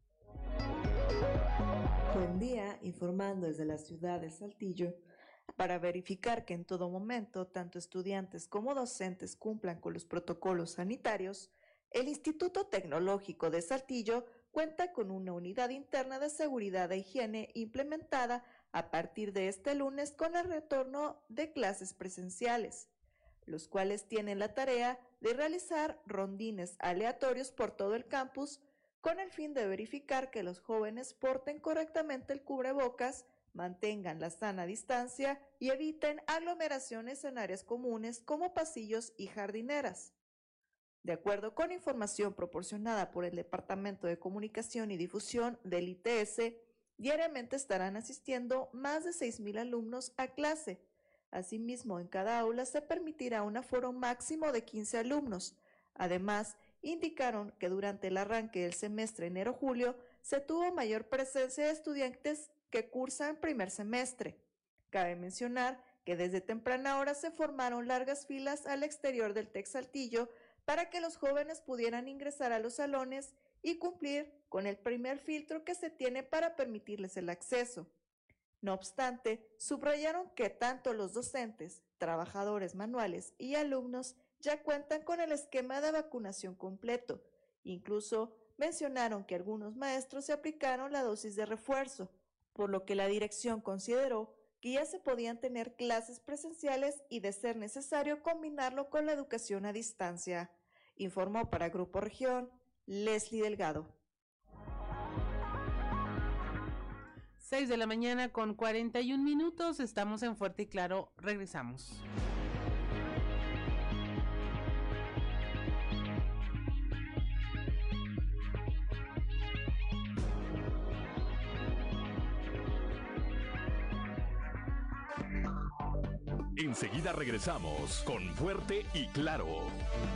Buen día, informando desde la ciudad de Saltillo. Para verificar que en todo momento tanto estudiantes como docentes cumplan con los protocolos sanitarios, el Instituto Tecnológico de Saltillo cuenta con una unidad interna de seguridad e higiene implementada a partir de este lunes con el retorno de clases presenciales, los cuales tienen la tarea de realizar rondines aleatorios por todo el campus con el fin de verificar que los jóvenes porten correctamente el cubrebocas, mantengan la sana distancia y eviten aglomeraciones en áreas comunes como pasillos y jardineras. De acuerdo con información proporcionada por el Departamento de Comunicación y Difusión del I T S, diariamente estarán asistiendo más de seis mil alumnos a clase. Asimismo, en cada aula se permitirá un aforo máximo de quince alumnos. Además, indicaron que durante el arranque del semestre enero-julio se tuvo mayor presencia de estudiantes que cursan primer semestre. Cabe mencionar que desde temprana hora se formaron largas filas al exterior del TEC Saltillo para que los jóvenes pudieran ingresar a los salones y cumplir con el primer filtro que se tiene para permitirles el acceso. No obstante, subrayaron que tanto los docentes, trabajadores manuales y alumnos ya cuentan con el esquema de vacunación completo. Incluso mencionaron que algunos maestros se aplicaron la dosis de refuerzo, por lo que la dirección consideró que ya se podían tener clases presenciales y, de ser necesario, combinarlo con la educación a distancia. Informó para Grupo Región Leslie Delgado. seis de la mañana con cuarenta y un minutos, estamos en Fuerte y Claro, regresamos. Enseguida regresamos con Fuerte y Claro.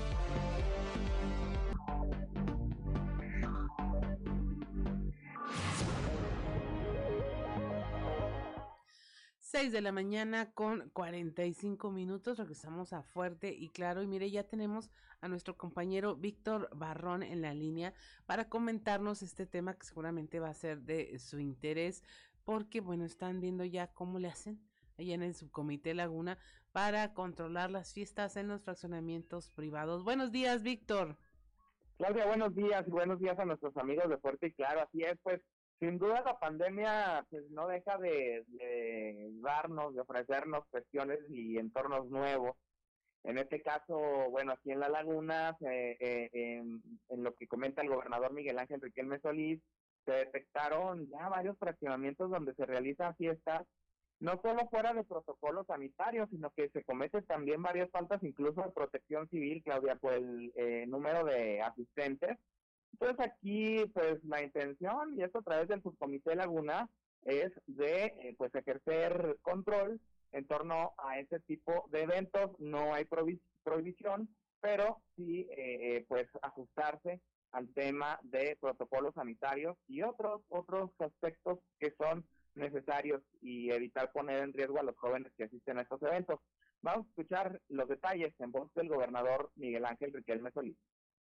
seis de la mañana con cuarenta y cinco minutos, regresamos a Fuerte y Claro, y mire, ya tenemos a nuestro compañero Víctor Barrón en la línea para comentarnos este tema que seguramente va a ser de su interés, porque bueno, están viendo ya cómo le hacen allá en el subcomité Laguna para controlar las fiestas en los fraccionamientos privados. Buenos días, Víctor. Claudia, buenos días y buenos días a nuestros amigos de Fuerte y Claro. Así es, pues sin duda la pandemia pues no deja de, de darnos, de ofrecernos cuestiones y entornos nuevos. En este caso, bueno, aquí en La Laguna, eh, eh, en, en lo que comenta el gobernador Miguel Ángel Riquelme Solís, se detectaron ya varios fraccionamientos donde se realizan fiestas, no solo fuera de protocolos sanitarios, sino que se cometen también varias faltas, incluso de protección civil, Claudia, por el eh, número de asistentes. Entonces aquí, pues la intención, y esto a través del subcomité Laguna, es de eh, pues ejercer control en torno a ese tipo de eventos. No hay prohibi- prohibición, pero sí eh, eh, pues ajustarse al tema de protocolos sanitarios y otros otros aspectos que son necesarios y evitar poner en riesgo a los jóvenes que asisten a estos eventos. Vamos a escuchar los detalles en voz del gobernador Miguel Ángel Riquelme Solís.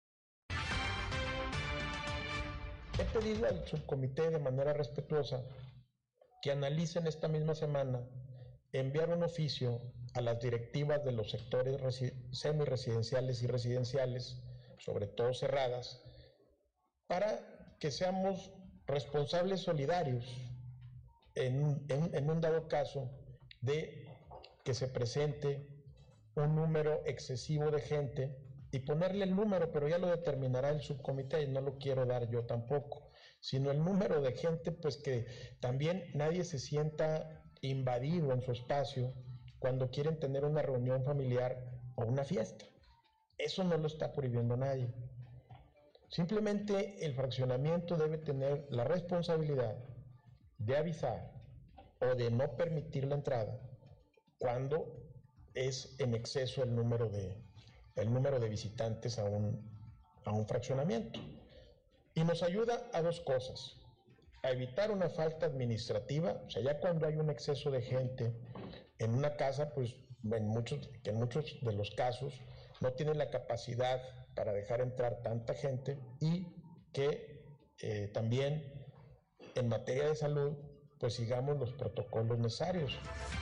He pedido al subcomité de manera respetuosa que analicen esta misma semana enviar un oficio a las directivas de los sectores resi- semiresidenciales y residenciales, sobre todo cerradas, para que seamos responsables solidarios en, en, en un dado caso de que se presente un número excesivo de gente y ponerle el número, pero ya lo determinará el subcomité y no lo quiero dar yo tampoco, sino el número de gente, pues que también nadie se sienta invadido en su espacio cuando quieren tener una reunión familiar o una fiesta. Eso no lo está prohibiendo nadie. Simplemente el fraccionamiento debe tener la responsabilidad de avisar o de no permitir la entrada cuando es en exceso el número de, el número de visitantes a un, a un fraccionamiento. Y nos ayuda a dos cosas: a evitar una falta administrativa, o sea, ya cuando hay un exceso de gente en una casa, pues en muchos, que en muchos de los casos no tiene la capacidad para dejar entrar tanta gente, y que eh, también en materia de salud, pues sigamos los protocolos necesarios.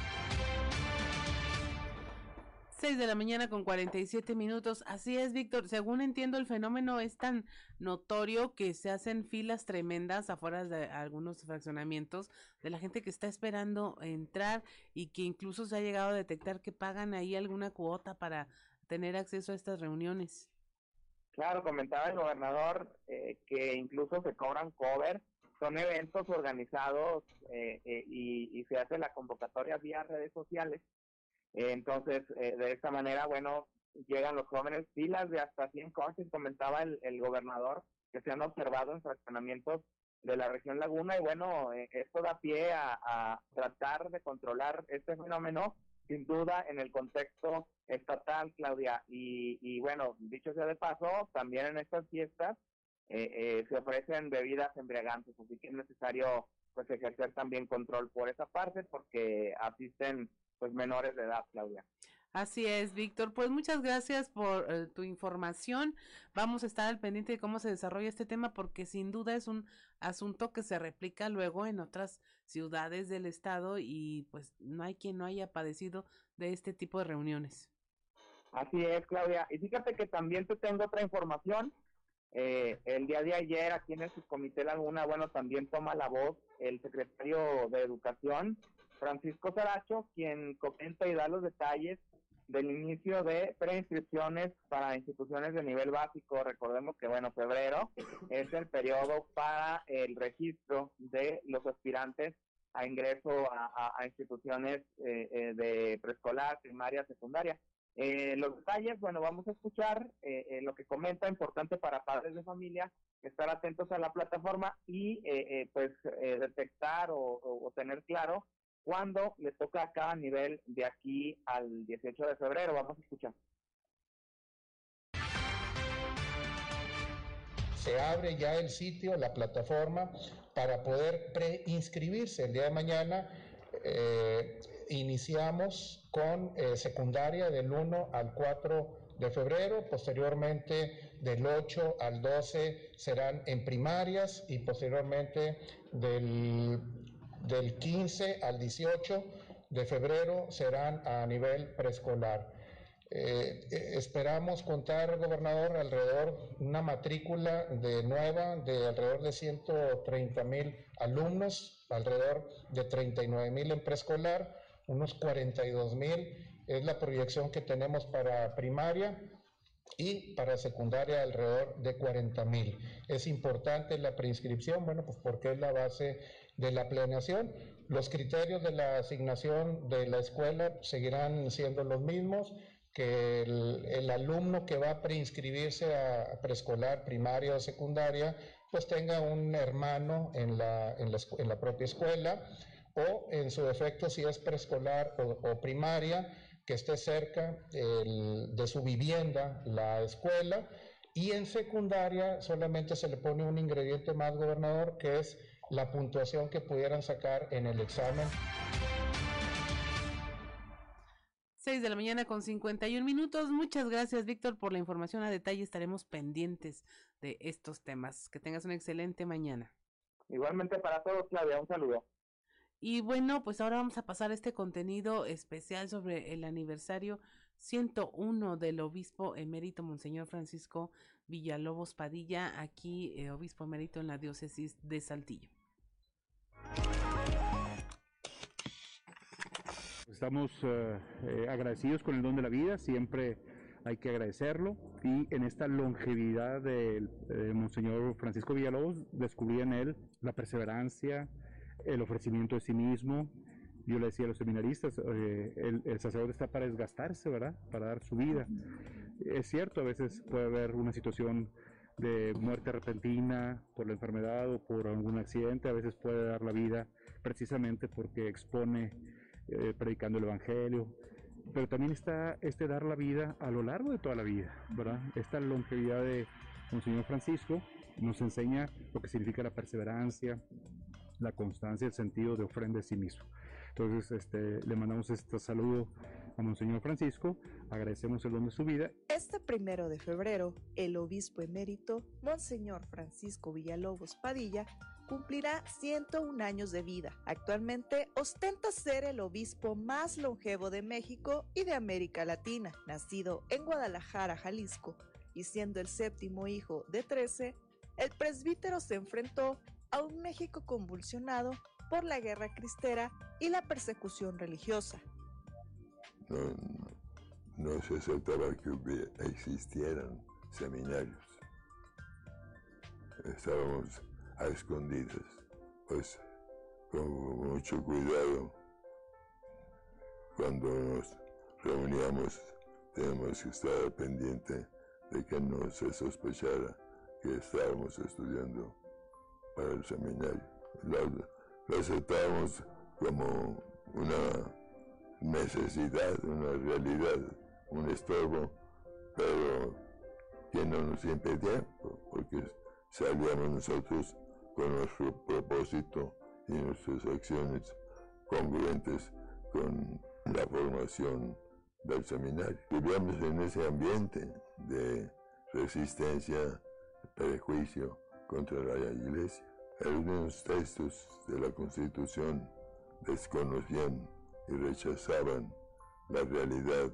seis de la mañana con cuarenta y siete minutos. Así es, Víctor. Según entiendo, el fenómeno es tan notorio que se hacen filas tremendas afuera de algunos fraccionamientos de la gente que está esperando entrar, y que incluso se ha llegado a detectar que pagan ahí alguna cuota para tener acceso a estas reuniones. Claro, comentaba el gobernador eh, que incluso se cobran cover. Son eventos organizados eh, eh, y, y se hace la convocatoria vía redes sociales. Eh, entonces, eh, de esta manera, bueno, llegan los jóvenes, filas de hasta cien coches, comentaba el, el gobernador, que se han observado en fraccionamientos de la región Laguna, y bueno, eh, esto da pie a, a tratar de controlar este fenómeno, sin duda en el contexto estatal, Claudia. Y, y bueno, dicho sea de paso, también en estas fiestas eh, eh, se ofrecen bebidas embriagantes, así que es necesario pues ejercer también control por esa parte, porque asisten pues menores de edad, Claudia. Así es, Víctor. Pues muchas gracias por eh, tu información. Vamos a estar al pendiente de cómo se desarrolla este tema, porque sin duda es un asunto que se replica luego en otras ciudades del estado, y pues no hay quien no haya padecido de este tipo de reuniones. Así es, Claudia. Y fíjate que también te tengo otra información. Eh, el día de ayer, aquí en el Subcomité Laguna, bueno, también toma la voz el secretario de Educación, Francisco Saracho, quien comenta y da los detalles del inicio de preinscripciones para instituciones de nivel básico. Recordemos que, bueno, febrero es el periodo para el registro de los aspirantes a ingreso a, a, a instituciones eh, eh, de preescolar, primaria, secundaria. Eh, los detalles, bueno, vamos a escuchar eh, eh, lo que comenta, importante para padres de familia, estar atentos a la plataforma y eh, eh, pues eh, detectar o, o, o tener claro cuándo le toca a cada nivel de aquí al dieciocho de febrero. Vamos a escuchar. Se abre ya el sitio, la plataforma, para poder preinscribirse. El día de mañana eh, iniciamos con eh, secundaria del uno al cuatro de febrero, posteriormente del ocho al doce serán en primarias y posteriormente del, del quince al dieciocho de febrero serán a nivel preescolar. Eh, eh, esperamos contar, gobernador, alrededor una matrícula de nueva de alrededor de ciento treinta mil alumnos, alrededor de treinta y nueve mil en preescolar, unos cuarenta y dos mil es la proyección que tenemos para primaria y para secundaria alrededor de cuarenta mil. Es importante la preinscripción, bueno, pues porque es la base de la planeación. Los criterios de la asignación de la escuela seguirán siendo los mismos, que el, el alumno que va a preinscribirse a preescolar, primaria o secundaria, pues tenga un hermano en la, en la, en la propia escuela, o en su defecto, si es preescolar o, o primaria, que esté cerca el, de su vivienda la escuela. Y en secundaria solamente se le pone un ingrediente más, gobernador, que es la puntuación que pudieran sacar en el examen. seis de la mañana con cincuenta y un minutos. Muchas gracias, Víctor, por la información a detalle. Estaremos pendientes de estos temas. Que tengas una excelente mañana. Igualmente para todos, Claudia, un saludo. Y bueno, pues ahora vamos a pasar a este contenido especial sobre el aniversario ciento uno del obispo emérito Monseñor Francisco Villalobos Padilla, aquí eh, obispo emérito en la diócesis de Saltillo. Estamos uh, eh, agradecidos con el don de la vida, siempre hay que agradecerlo, y en esta longevidad de eh, Monseñor Francisco Villalobos descubrí en él la perseverancia, el ofrecimiento de sí mismo. Yo le decía a los seminaristas, eh, el, el sacerdote está para desgastarse, ¿verdad? Para dar su vida. Es cierto, a veces puede haber una situación de muerte repentina por la enfermedad o por algún accidente, a veces puede dar la vida precisamente porque expone Eh, predicando el evangelio, pero también está este dar la vida a lo largo de toda la vida, ¿verdad? Esta longevidad de Monseñor Francisco nos enseña lo que significa la perseverancia, la constancia, el sentido de ofrenda de sí mismo. Entonces, este, le mandamos este saludo a Monseñor Francisco, agradecemos el don de su vida. Este primero de febrero, el obispo emérito, Monseñor Francisco Villalobos Padilla, cumplirá ciento un años de vida. Actualmente ostenta ser el obispo más longevo de México y de América Latina. Nacido en Guadalajara, Jalisco, y siendo el séptimo hijo de trece, el presbítero se enfrentó a un México convulsionado por la guerra cristera y la persecución religiosa. No, no, no se aceptaba que hubiera, existieran seminarios. Estábamos a escondidas, pues con mucho cuidado. Cuando nos reuníamos teníamos que estar pendiente de que no se sospechara que estábamos estudiando para el seminario. Lo, lo aceptábamos como una necesidad, una realidad, un estorbo, pero que no nos impedía, porque salíamos nosotros con nuestro propósito y nuestras acciones congruentes con la formación del seminario. Vivíamos en ese ambiente de resistencia, prejuicio contra la Iglesia. Algunos textos de la Constitución desconocían y rechazaban la realidad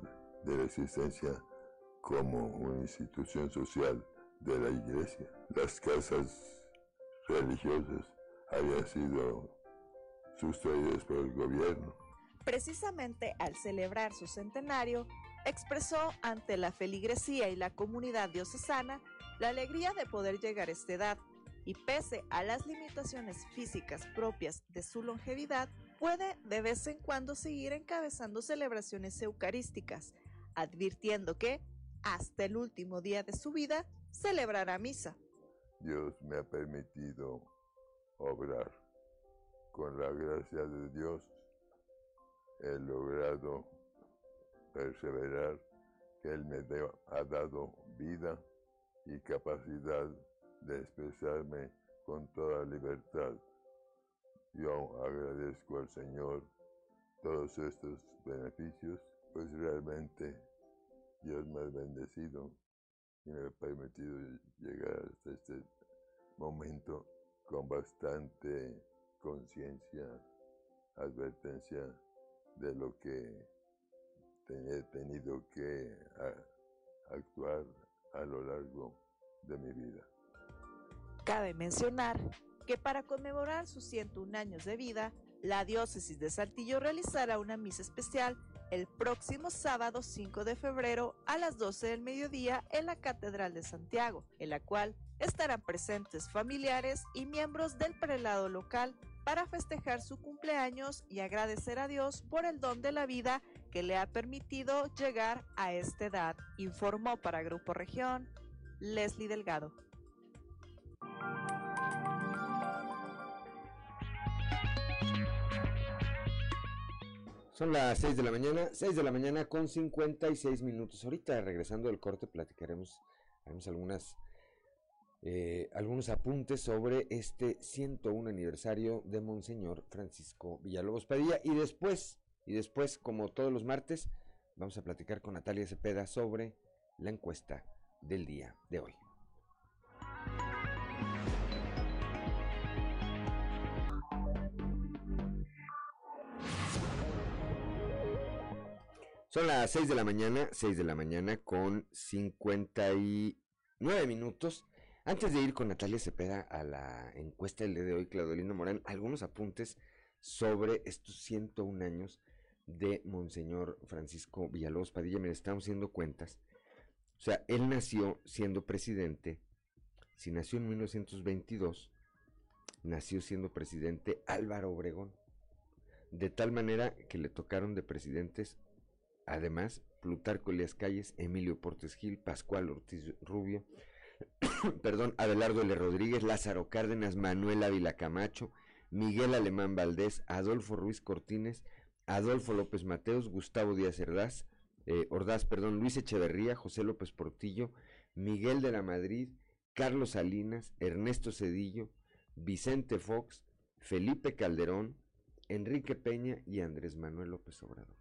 de la existencia como una institución social de la Iglesia. Las casas religiosas habían sido sustraídas por el gobierno. Precisamente al celebrar su centenario, expresó ante la feligresía y la comunidad diocesana la alegría de poder llegar a esta edad, y pese a las limitaciones físicas propias de su longevidad, puede de vez en cuando seguir encabezando celebraciones eucarísticas, advirtiendo que, hasta el último día de su vida, celebrará misa. Dios me ha permitido obrar. Con la gracia de Dios he logrado perseverar, que Él me de, ha dado vida y capacidad de expresarme con toda libertad. Yo agradezco al Señor todos estos beneficios, pues realmente Dios me ha bendecido y me ha permitido llegar hasta este momento con bastante conciencia, advertencia de lo que he tenido que a, actuar a lo largo de mi vida. Cabe mencionar que para conmemorar sus ciento un años de vida, la diócesis de Saltillo realizará una misa especial el próximo sábado cinco de febrero a las doce del mediodía en la Catedral de Santiago, en la cual estarán presentes familiares y miembros del prelado local para festejar su cumpleaños y agradecer a Dios por el don de la vida que le ha permitido llegar a esta edad, informó para Grupo Región Leslie Delgado. Son las seis de la mañana, seis de la mañana con cincuenta y seis minutos. Ahorita, regresando del corte, platicaremos haremos algunas, eh, algunos apuntes sobre este ciento uno aniversario de Monseñor Francisco Villalobos Padilla. Y después, y después, como todos los martes, vamos a platicar con Natalia Cepeda sobre la encuesta del día de hoy. Son las seis de la mañana, seis de la mañana con cincuenta y nueve minutos. Antes de ir con Natalia Cepeda a la encuesta del día de hoy, Claudio Lindo Morán, algunos apuntes sobre estos ciento un años de Monseñor Francisco Villalobos Padilla. Me estamos haciendo cuentas. O sea, él nació siendo presidente, si nació en mil novecientos veintidós, nació siendo presidente Álvaro Obregón. De tal manera que le tocaron de presidentes, además, Plutarco Elías Calles, Emilio Portes Gil, Pascual Ortiz Rubio, perdón, Abelardo L. Rodríguez, Lázaro Cárdenas, Manuel Ávila Camacho, Miguel Alemán Valdés, Adolfo Ruiz Cortines, Adolfo López Mateos, Gustavo Díaz Ordaz, eh, Ordaz, perdón, Luis Echeverría, José López Portillo, Miguel de la Madrid, Carlos Salinas, Ernesto Cedillo, Vicente Fox, Felipe Calderón, Enrique Peña y Andrés Manuel López Obrador.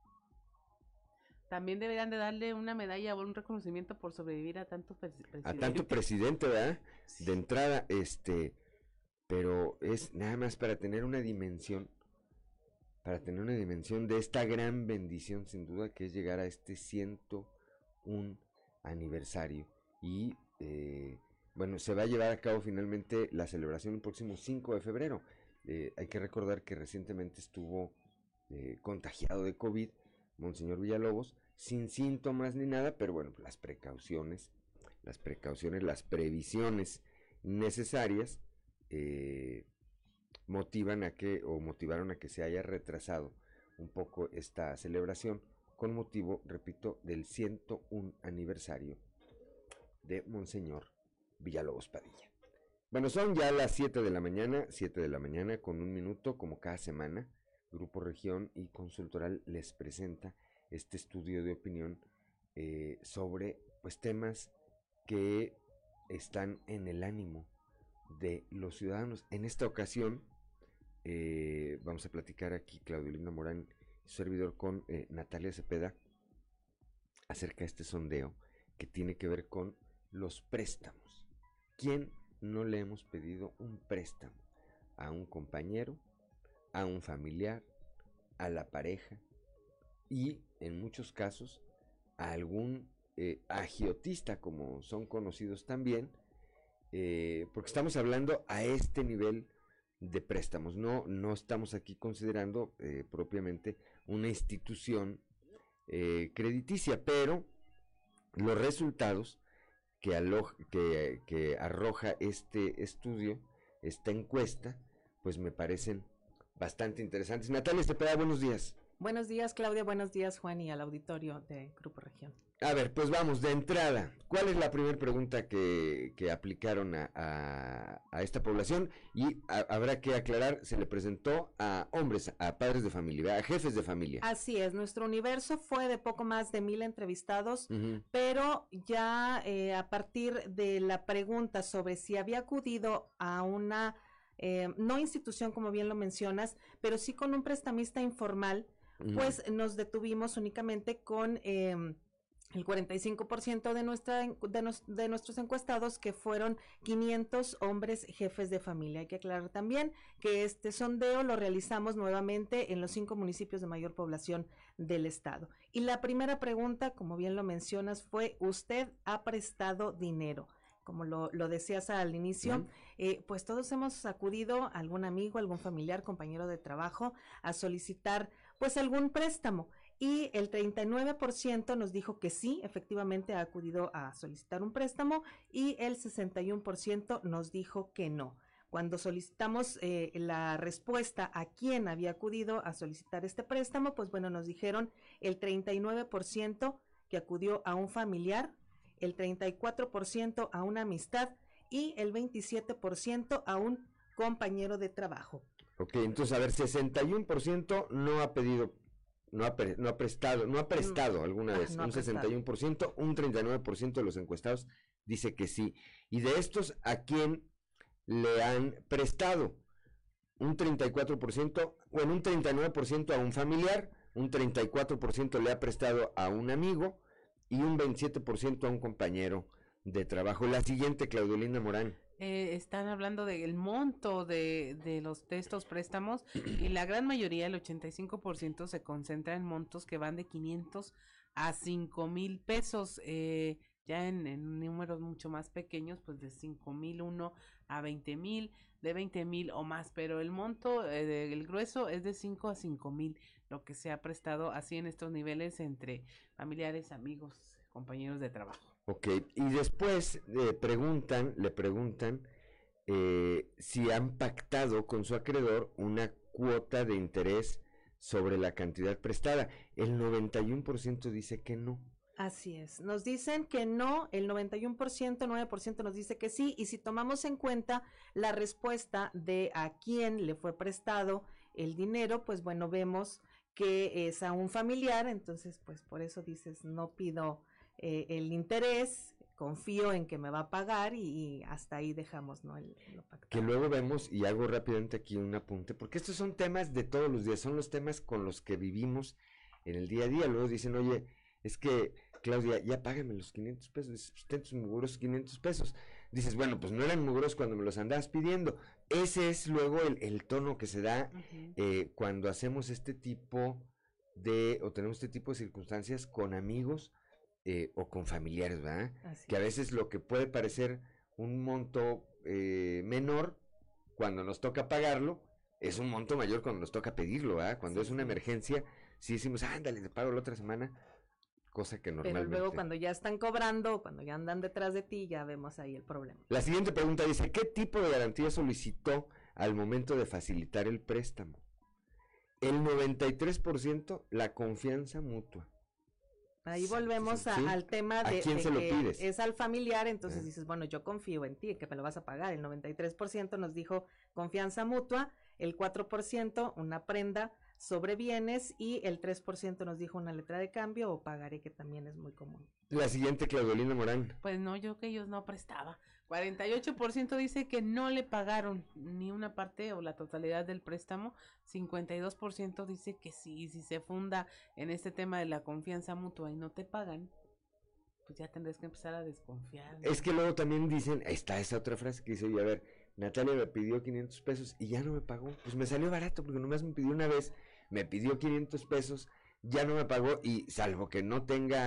También deberían de darle una medalla o un reconocimiento por sobrevivir a tanto presidente. A tanto presidente, ¿verdad? Sí. De entrada, este, pero es nada más para tener una dimensión, para tener una dimensión de esta gran bendición, sin duda, que es llegar a este ciento un aniversario. Y, eh, bueno, se va a llevar a cabo finalmente la celebración el próximo cinco de febrero. Eh, hay que recordar que recientemente estuvo eh, contagiado de COVID, Monseñor Villalobos, sin síntomas ni nada, pero bueno, las precauciones, las precauciones, las previsiones necesarias eh, motivan a que, o motivaron a que se haya retrasado un poco esta celebración con motivo, repito, del ciento un aniversario de Monseñor Villalobos Padilla. Bueno, son ya las siete de la mañana, siete de la mañana con un minuto, como cada semana. Grupo Región y Consultoral les presenta este estudio de opinión eh, sobre pues temas que están en el ánimo de los ciudadanos. En esta ocasión eh, vamos a platicar aquí Claudio Lindo Morán y su servidor con eh, Natalia Cepeda acerca de este sondeo que tiene que ver con los préstamos. ¿Quién no le hemos pedido un préstamo a un compañero, a un familiar, a la pareja y en muchos casos a algún eh, agiotista, como son conocidos también, eh, porque estamos hablando a este nivel de préstamos, no, no estamos aquí considerando eh, propiamente una institución eh, crediticia, pero los resultados que, alo- que, que arroja este estudio, esta encuesta, pues me parecen bastante interesantes. Natalia Cepeda, buenos días. Buenos días, Claudia, buenos días, Juan, y al auditorio de Grupo Región. A ver, pues vamos, de entrada, ¿cuál es la primera pregunta que, que aplicaron a, a, a esta población? Y a, habrá que aclarar, se le presentó a hombres, a padres de familia, a jefes de familia. Así es, nuestro universo fue de poco más de mil entrevistados, uh-huh. pero ya eh, a partir de la pregunta sobre si había acudido a una, eh, no institución como bien lo mencionas, pero sí con un prestamista informal, uh-huh. pues nos detuvimos únicamente con... Eh, el cuarenta y cinco por ciento de nuestra de, nos, de nuestros encuestados, que fueron quinientos hombres jefes de familia. Hay que aclarar también que este sondeo lo realizamos nuevamente en los cinco municipios de mayor población del estado. Y la primera pregunta, como bien lo mencionas, fue: ¿usted ha prestado dinero? Como lo, lo decías al inicio, uh-huh. eh, pues todos hemos acudido a algún amigo, algún familiar, compañero de trabajo a solicitar pues algún préstamo. Y el treinta y nueve por ciento nos dijo que sí, efectivamente ha acudido a solicitar un préstamo, y el sesenta y uno por ciento nos dijo que no. Cuando solicitamos eh, la respuesta a quién había acudido a solicitar este préstamo, pues bueno, nos dijeron el treinta y nueve por ciento que acudió a un familiar, el treinta y cuatro por ciento a una amistad y el veintisiete por ciento a un compañero de trabajo. Ok, entonces a ver, sesenta y uno por ciento no ha pedido... No ha, pre, no ha prestado, no ha prestado alguna ah, vez, no un sesenta y uno por ciento, un treinta y nueve por ciento de los encuestados dice que sí. Y de estos, ¿a quién le han prestado? Un treinta y cuatro por ciento, bueno, un treinta y nueve por ciento a un familiar, un treinta y cuatro por ciento le ha prestado a un amigo y un veintisiete por ciento a un compañero de trabajo. La siguiente, Claudio Morán. Eh, están hablando del monto de, de los de estos préstamos, y la gran mayoría, el ochenta y cinco por ciento, se concentra en montos que van de quinientos a cinco mil pesos, eh, ya en, en números mucho más pequeños, pues de cinco mil uno a veinte mil, de veinte mil o más, pero el monto, eh, de, el grueso es de cinco a cinco mil, lo que se ha prestado así en estos niveles entre familiares, amigos, compañeros de trabajo. Ok, y después eh, preguntan, le preguntan eh, si han pactado con su acreedor una cuota de interés sobre la cantidad prestada. El noventa y uno por ciento dice que no. Así es, nos dicen que no, el noventa y uno por ciento, nueve por ciento nos dice que sí, y si tomamos en cuenta la respuesta de a quién le fue prestado el dinero, pues bueno, vemos que es a un familiar, entonces pues por eso dices, no pido Eh, el interés, confío en que me va a pagar, y, y hasta ahí dejamos, ¿no? El, lo que luego vemos, y hago rápidamente aquí un apunte, porque estos son temas de todos los días, son los temas con los que vivimos en el día a día. Luego dicen, oye, es que Claudia, ya págame los quinientos pesos, ten tus mugrosos quinientos pesos. Dices, bueno, pues no eran mugrosos cuando me los andabas pidiendo. Ese es luego el, el tono que se da uh-huh. eh, cuando hacemos este tipo de, o tenemos este tipo de circunstancias con amigos, Eh, o con familiares, ¿verdad? Así que a veces lo que puede parecer un monto eh, menor, cuando nos toca pagarlo, es un monto mayor cuando nos toca pedirlo, ¿verdad? Cuando sí, es una sí. emergencia, sí decimos, ándale, te pago la otra semana, cosa que normalmente... Pero luego cuando ya están cobrando, cuando ya andan detrás de ti, ya vemos ahí el problema. La siguiente pregunta dice, ¿qué tipo de garantía solicitó al momento de facilitar el préstamo? El noventa y tres por ciento, la confianza mutua. Ahí volvemos a, sí. al tema de, ¿A quién de se que lo pides? Es al familiar, entonces ¿Eh? dices, bueno, yo confío en ti, que me lo vas a pagar. El noventa y tres por ciento nos dijo confianza mutua, el cuatro por ciento una prenda sobre bienes, y el tres por ciento nos dijo una letra de cambio o pagaré, que también es muy común. La siguiente, Claudelina Morán. Pues no, yo que ellos no prestaba. cuarenta y ocho por ciento dice que no le pagaron ni una parte o la totalidad del préstamo. cincuenta y dos por ciento dice que sí, si se funda en este tema de la confianza mutua y no te pagan, pues ya tendrás que empezar a desconfiar, ¿no? Es que luego también dicen, ahí está esa otra frase que dice, oye, a ver, Natalia me pidió quinientos pesos y ya no me pagó. Pues me salió barato porque nomás me pidió una vez, me pidió quinientos pesos, ya no me pagó, y salvo que no tenga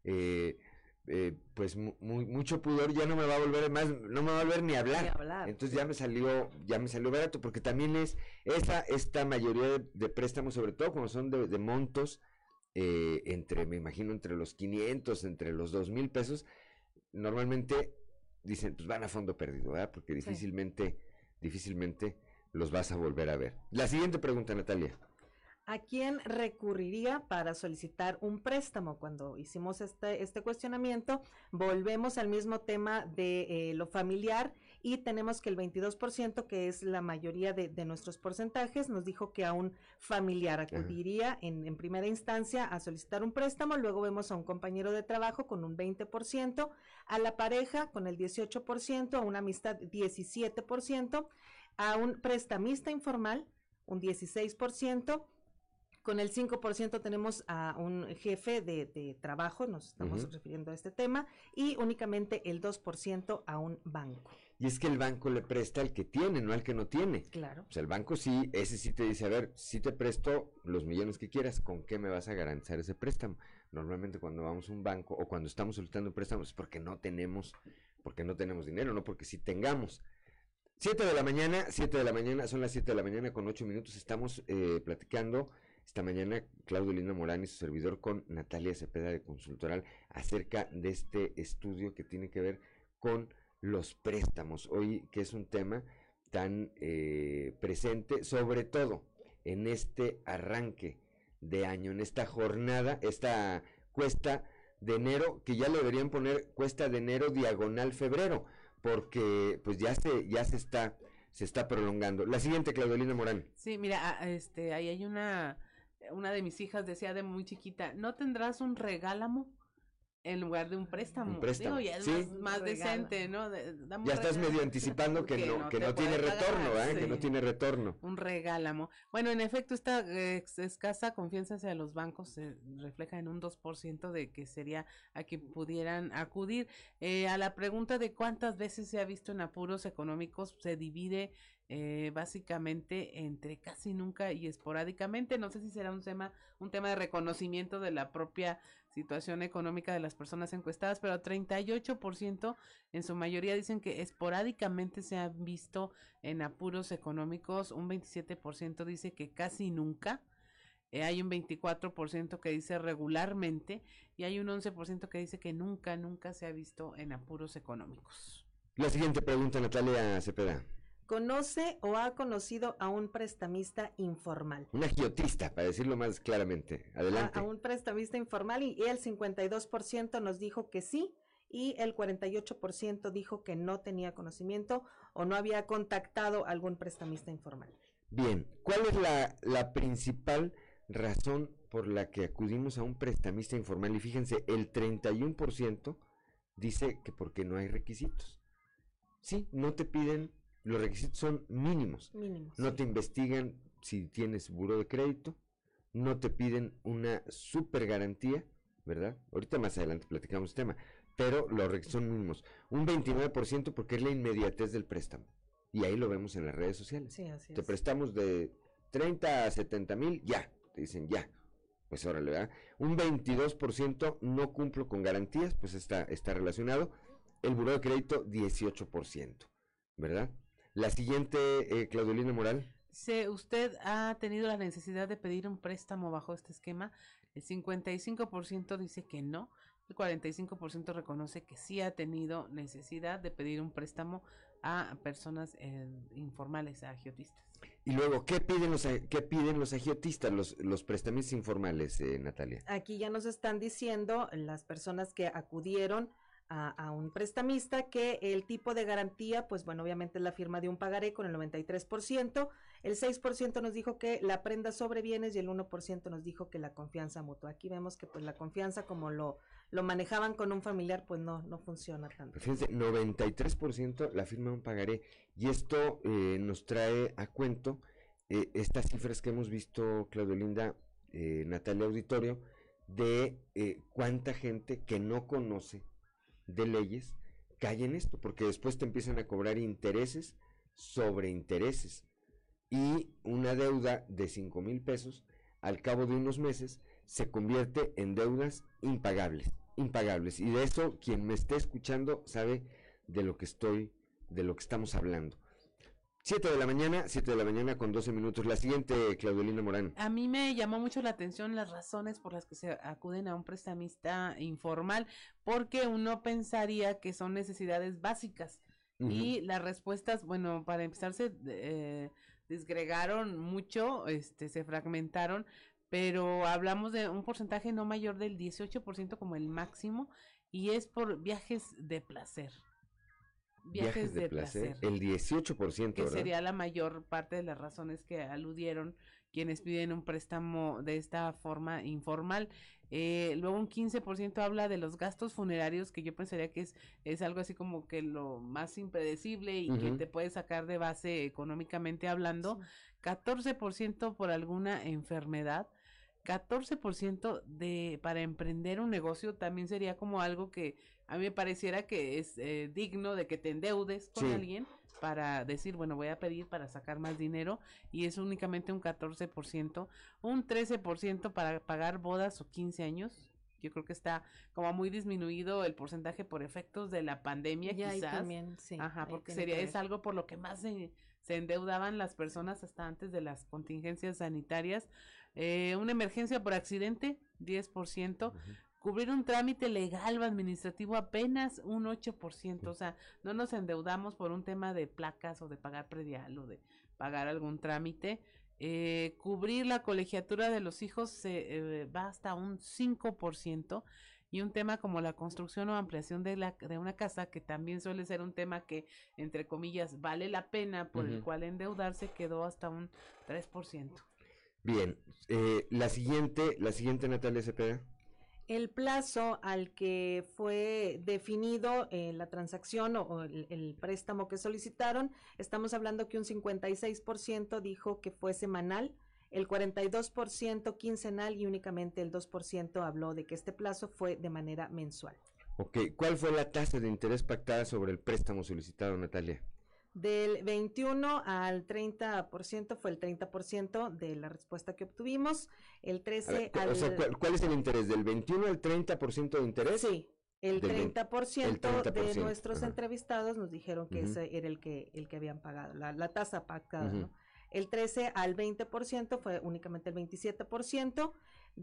eh, eh, pues mu muy, mucho pudor, ya no me va a volver más, no me va a volver ni a hablar. Ni hablar. Entonces ya me salió, ya me salió barato, porque también es esa, esta mayoría de, de préstamos, sobre todo cuando son de, de montos, eh, entre, me imagino, entre los quinientos, entre los dos mil pesos, normalmente dicen, pues van a fondo perdido, ¿verdad? Porque difícilmente, sí. difícilmente los vas a volver a ver. La siguiente pregunta, Natalia. ¿A quién recurriría para solicitar un préstamo? Cuando hicimos este, este cuestionamiento, volvemos al mismo tema de eh, lo familiar, y tenemos que el veintidós por ciento, que es la mayoría de, de nuestros porcentajes, nos dijo que a un familiar acudiría en, en primera instancia a solicitar un préstamo. Luego vemos a un compañero de trabajo con un veinte por ciento, a la pareja con el dieciocho por ciento, a una amistad diecisiete por ciento, a un prestamista informal un dieciséis por ciento, con el cinco por ciento tenemos a un jefe de, de trabajo, nos estamos uh-huh. refiriendo a este tema, y únicamente el dos por ciento a un banco. Y es que el banco le presta al que tiene, no al que no tiene. Claro. O sea, el banco sí, ese sí te dice, a ver, si te presto los millones que quieras, ¿con qué me vas a garantizar ese préstamo? Normalmente cuando vamos a un banco o cuando estamos solicitando préstamos es porque no tenemos, porque no tenemos dinero, no porque sí tengamos. siete de la mañana, siete de la mañana, son las siete de la mañana con ocho minutos, estamos eh, platicando esta mañana Claudio Linda Morán y su servidor con Natalia Cepeda de Consultoral acerca de este estudio que tiene que ver con los préstamos. Hoy, que es un tema tan eh, presente, sobre todo en este arranque de año, en esta jornada, esta cuesta de enero, que ya le deberían poner cuesta de enero diagonal febrero, porque pues ya se, ya se está, se está prolongando. La siguiente, Claudio Linda Morán. Sí, mira, este, ahí hay una... Una de mis hijas decía de muy chiquita, ¿no tendrás un regálamo en lugar de un préstamo? Un préstamo, Digo, ya es sí. más, más decente, ¿no? De, ya estás medio anticipando que, que no, que no tiene pagar, retorno, ¿eh? Sí. Que no tiene retorno. Un regálamo. Bueno, en efecto, esta eh, escasa confianza hacia los bancos se refleja en un dos por ciento de que sería a que pudieran acudir. Eh, a la pregunta de cuántas veces se ha visto en apuros económicos, se divide Eh, básicamente entre casi nunca y esporádicamente. No sé si será un tema, un tema de reconocimiento de la propia situación económica de las personas encuestadas, pero treinta y ocho por ciento en su mayoría dicen que esporádicamente se han visto en apuros económicos, un veintisiete por ciento dice que casi nunca, eh, hay un veinticuatro por ciento que dice regularmente y hay un once por ciento que dice que nunca, nunca se ha visto en apuros económicos. La siguiente pregunta, Natalia Cepeda. ¿Conoce o ha conocido a un prestamista informal? Un agiotista, para decirlo más claramente. Adelante. A, a un prestamista informal, y el cincuenta y dos por ciento nos dijo que sí, y el cuarenta y ocho por ciento dijo que no tenía conocimiento o no había contactado a algún prestamista informal. Bien, ¿cuál es la, la principal razón por la que acudimos a un prestamista informal? Y fíjense, el treinta y uno por ciento dice que porque no hay requisitos. Sí, no te piden... Los requisitos son mínimos. Mínimos. No te investigan si tienes buró de crédito, no te piden una super garantía, ¿verdad? Ahorita más adelante platicamos el tema, pero los requisitos son mínimos. Un veintinueve por ciento porque es la inmediatez del préstamo. Y ahí lo vemos en las redes sociales. Sí, así te es. prestamos de treinta a setenta mil, ya. Te dicen ya. Pues órale, ¿verdad? Un veintidós por ciento no cumplo con garantías, pues está, está relacionado. El buró de crédito, dieciocho por ciento, ¿verdad? La siguiente, eh, Claudelina Moral. Si usted ha tenido la necesidad de pedir un préstamo bajo este esquema, el cincuenta y cinco por ciento dice que no, el cuarenta y cinco por ciento reconoce que sí ha tenido necesidad de pedir un préstamo a personas eh, informales, a agiotistas. Y luego, ¿qué piden los, qué piden los agiotistas, los, los prestamistas informales, eh, Natalia? Aquí ya nos están diciendo las personas que acudieron A, a un prestamista que el tipo de garantía, pues bueno, obviamente es la firma de un pagaré con el noventa y tres por ciento, el seis por ciento nos dijo que la prenda sobre bienes y el uno por ciento nos dijo que la confianza mutua. Aquí vemos que pues la confianza, como lo, lo manejaban con un familiar, pues no, no funciona tanto. Fíjense, noventa y tres por ciento la firma de un pagaré, y esto eh, nos trae a cuento eh, estas cifras que hemos visto, Claudio Linda, eh, Natalia Auditorio, de eh, cuánta gente que no conoce de leyes cae en esto, porque después te empiezan a cobrar intereses sobre intereses, y una deuda de cinco mil pesos al cabo de unos meses se convierte en deudas impagables, impagables. Y de eso, quien me esté escuchando sabe de lo que estoy, de lo que estamos hablando. siete de la mañana, siete de la mañana con doce minutos. La siguiente, Claudelina Morán. A mí me llamó mucho la atención las razones por las que se acuden a un prestamista informal, porque uno pensaría que son necesidades básicas. Uh-huh. Y las respuestas, bueno, para empezar se eh, desgregaron mucho, este, se fragmentaron, pero hablamos de un porcentaje no mayor del dieciocho por ciento como el máximo, y es por viajes de placer. Viajes, viajes de, de placer. placer, el dieciocho por ciento, que ¿verdad? Sería la mayor parte de las razones que aludieron quienes piden un préstamo de esta forma informal. Eh, luego un quince por ciento habla de los gastos funerarios, que yo pensaría que es, es algo así como que lo más impredecible y uh-huh. que te puede sacar de base económicamente hablando. Sí. catorce por ciento por alguna enfermedad. catorce por ciento de para emprender un negocio también sería como algo que a mí me pareciera que es eh, digno de que te endeudes con sí. alguien para decir, bueno, voy a pedir para sacar más dinero, y es únicamente un catorce por ciento, un trece por ciento para pagar bodas o quince años. Yo creo que está como muy disminuido el porcentaje por efectos de la pandemia, ya, quizás. También, sí, Ajá, porque sería es algo por lo que más se, se endeudaban las personas hasta antes de las contingencias sanitarias. Eh, una emergencia por accidente, diez por ciento. Uh-huh. Cubrir un trámite legal o administrativo, apenas un ocho por ciento. O sea, no nos endeudamos por un tema de placas o de pagar predial o de pagar algún trámite. Eh, cubrir la colegiatura de los hijos se eh, va hasta un cinco por ciento. Y un tema como la construcción o ampliación de, la, de una casa, que también suele ser un tema que, entre comillas, vale la pena, por uh-huh. el cual endeudarse, quedó hasta un tres por ciento. Bien, eh, la siguiente, la siguiente, Natalia Cepeda. El plazo al que fue definido eh, la transacción o, o el, el préstamo que solicitaron, estamos hablando que un cincuenta y seis por ciento dijo que fue semanal, el cuarenta y dos por ciento quincenal y únicamente el dos por ciento habló de que este plazo fue de manera mensual. Ok, ¿cuál fue la tasa de interés pactada sobre el préstamo solicitado, Natalia? Del veintiuno al treinta por ciento fue el treinta por ciento de la respuesta que obtuvimos, el trece ver, al... O sea, ¿cuál, ¿cuál es el interés? ¿Del veintiuno al treinta por ciento de interés? Sí, el treinta por ciento, el treinta por ciento de nuestros Ajá. entrevistados nos dijeron que uh-huh. ese era el que el que habían pagado, la, la tasa pactada, uh-huh. ¿no? El trece al veinte por ciento fue únicamente el veintisiete por ciento,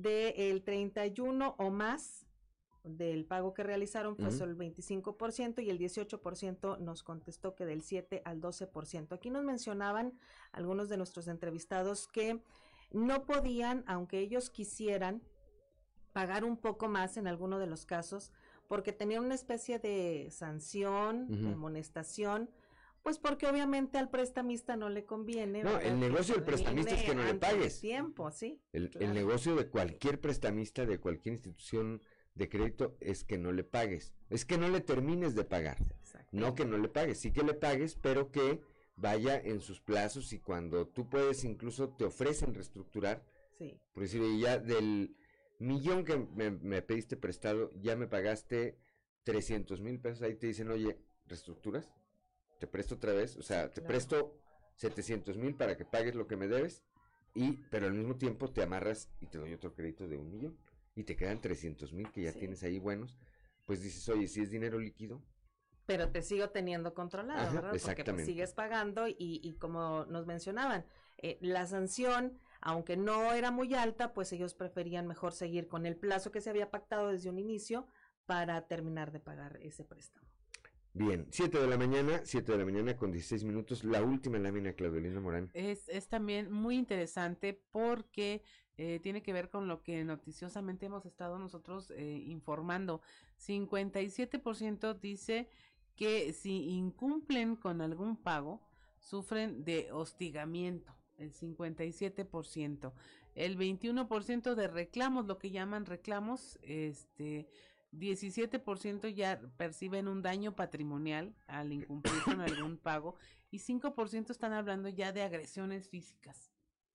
del treinta y uno o más del pago que realizaron fue uh-huh. solo el veinticinco por ciento y el dieciocho por ciento nos contestó que del siete al doce por ciento. Aquí nos mencionaban algunos de nuestros entrevistados que no podían, aunque ellos quisieran, pagar un poco más en alguno de los casos, porque tenían una especie de sanción, uh-huh. de amonestación, pues porque obviamente al prestamista no le conviene. No, el negocio del prestamista es que no le pagues. Tiempo, sí. El, claro. el negocio de cualquier prestamista, de cualquier institución de crédito, es que no le pagues, es que no le termines de pagar, no que no le pagues, sí que le pagues, pero que vaya en sus plazos, y cuando tú puedes, incluso te ofrecen reestructurar, sí. por decir, ya del millón que me, me pediste prestado, ya me pagaste trescientos mil pesos, ahí te dicen, oye, ¿reestructuras? Te presto otra vez, o sea, te claro. presto setecientos mil para que pagues lo que me debes, y pero al mismo tiempo te amarras y te doy otro crédito de un millón. Y te quedan trescientos mil que ya sí. tienes ahí buenos, pues dices, oye, si es dinero líquido. Pero te sigo teniendo controlado, Ajá, ¿verdad? Exactamente. Porque pues, sigues pagando y, y como nos mencionaban, eh, la sanción, aunque no era muy alta, pues ellos preferían mejor seguir con el plazo que se había pactado desde un inicio para terminar de pagar ese préstamo. Bien, siete de la mañana, siete de la mañana con dieciséis minutos, la última lámina, Claudelina Morán. Es, es también muy interesante porque eh, tiene que ver con lo que noticiosamente hemos estado nosotros eh, informando. cincuenta y siete por ciento dice que si incumplen con algún pago, sufren de hostigamiento, el cincuenta y siete por ciento. El veintiuno por ciento de reclamos, lo que llaman reclamos, este... diecisiete por ciento ya perciben un daño patrimonial al incumplir con algún pago y cinco por ciento están hablando ya de agresiones físicas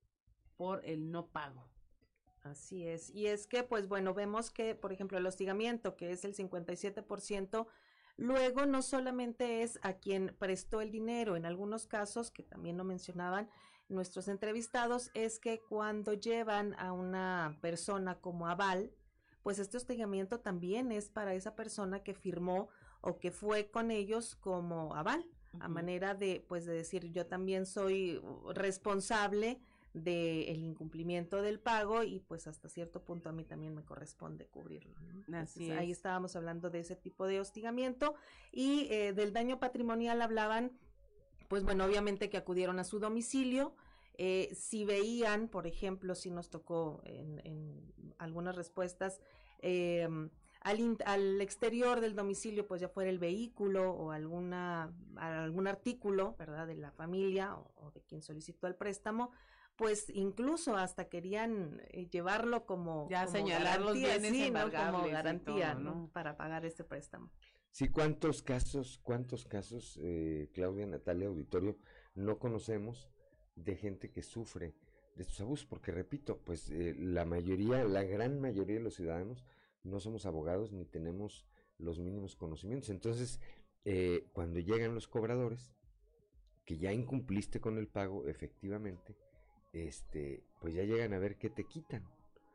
por el no pago. Así es, y es que pues bueno, vemos que por ejemplo el hostigamiento, que es el cincuenta y siete por ciento, luego no solamente es a quien prestó el dinero, en algunos casos, que también lo mencionaban nuestros entrevistados, es que cuando llevan a una persona como aval, pues este hostigamiento también es para esa persona que firmó o que fue con ellos como aval, uh-huh. a manera de, pues de decir, yo también soy responsable del incumplimiento del pago y pues hasta cierto punto a mí también me corresponde cubrirlo, ¿no? Así Entonces, es. Ahí estábamos hablando de ese tipo de hostigamiento y eh, del daño patrimonial hablaban, pues bueno, obviamente que acudieron a su domicilio, eh, si veían, por ejemplo, si nos tocó en, en algunas respuestas, eh, al, in, al exterior del domicilio, pues ya fuera el vehículo o alguna algún artículo, ¿verdad?, de la familia o, o de quien solicitó el préstamo, pues incluso hasta querían eh, llevarlo como, ya como señalar los bienes sí, embargables, ¿no? Como garantía, todo, ¿no? ¿no? Para pagar este préstamo. Sí, ¿cuántos casos, cuántos casos, eh, Claudia, Natalia, auditorio, no conocemos de gente que sufre de estos abusos? Porque repito, pues eh, la mayoría, la gran mayoría de los ciudadanos no somos abogados ni tenemos los mínimos conocimientos. Entonces, eh, cuando llegan los cobradores, que ya incumpliste con el pago, efectivamente, este, pues ya llegan a ver qué te quitan.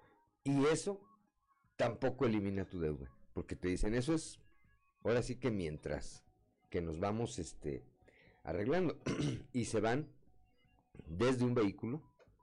Y eso tampoco elimina tu deuda, porque te dicen, eso es, ahora sí que mientras que nos vamos este, arreglando, y se van desde un vehículo,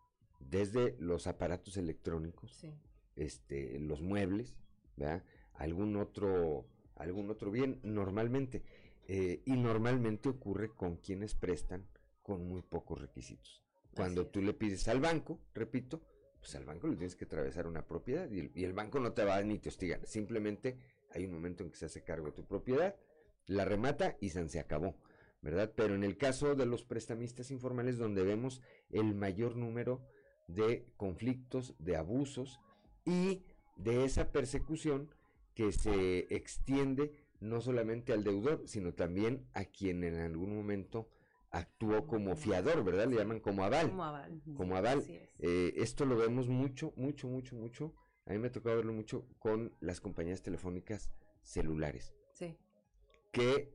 desde los aparatos electrónicos, sí. este, los muebles, ¿verdad? algún otro, algún otro bien, normalmente, eh, y normalmente ocurre con quienes prestan con muy pocos requisitos. Cuando tú le pides al banco, repito, pues al banco le tienes que atravesar una propiedad y el, y el banco no te va ni te hostiga, simplemente hay un momento en que se hace cargo de tu propiedad, la remata y se acabó, ¿verdad? Pero en el caso de los prestamistas informales, donde vemos el mayor número de conflictos, de abusos y de esa persecución que se extiende no solamente al deudor, sino también a quien en algún momento actuó como fiador, ¿verdad? Le llaman como aval. Como aval. Como aval. Eh, esto lo vemos mucho, mucho, mucho, mucho. A mí me ha tocado verlo mucho con las compañías telefónicas celulares. Sí. Que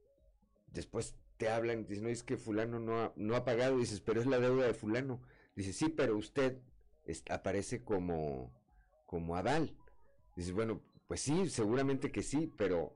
después te hablan y dicen, no, es que fulano no ha, no ha pagado. Y dices, pero es la deuda de fulano. Dices, sí, pero usted es, aparece como, como aval. Dices, bueno, pues sí, seguramente que sí, pero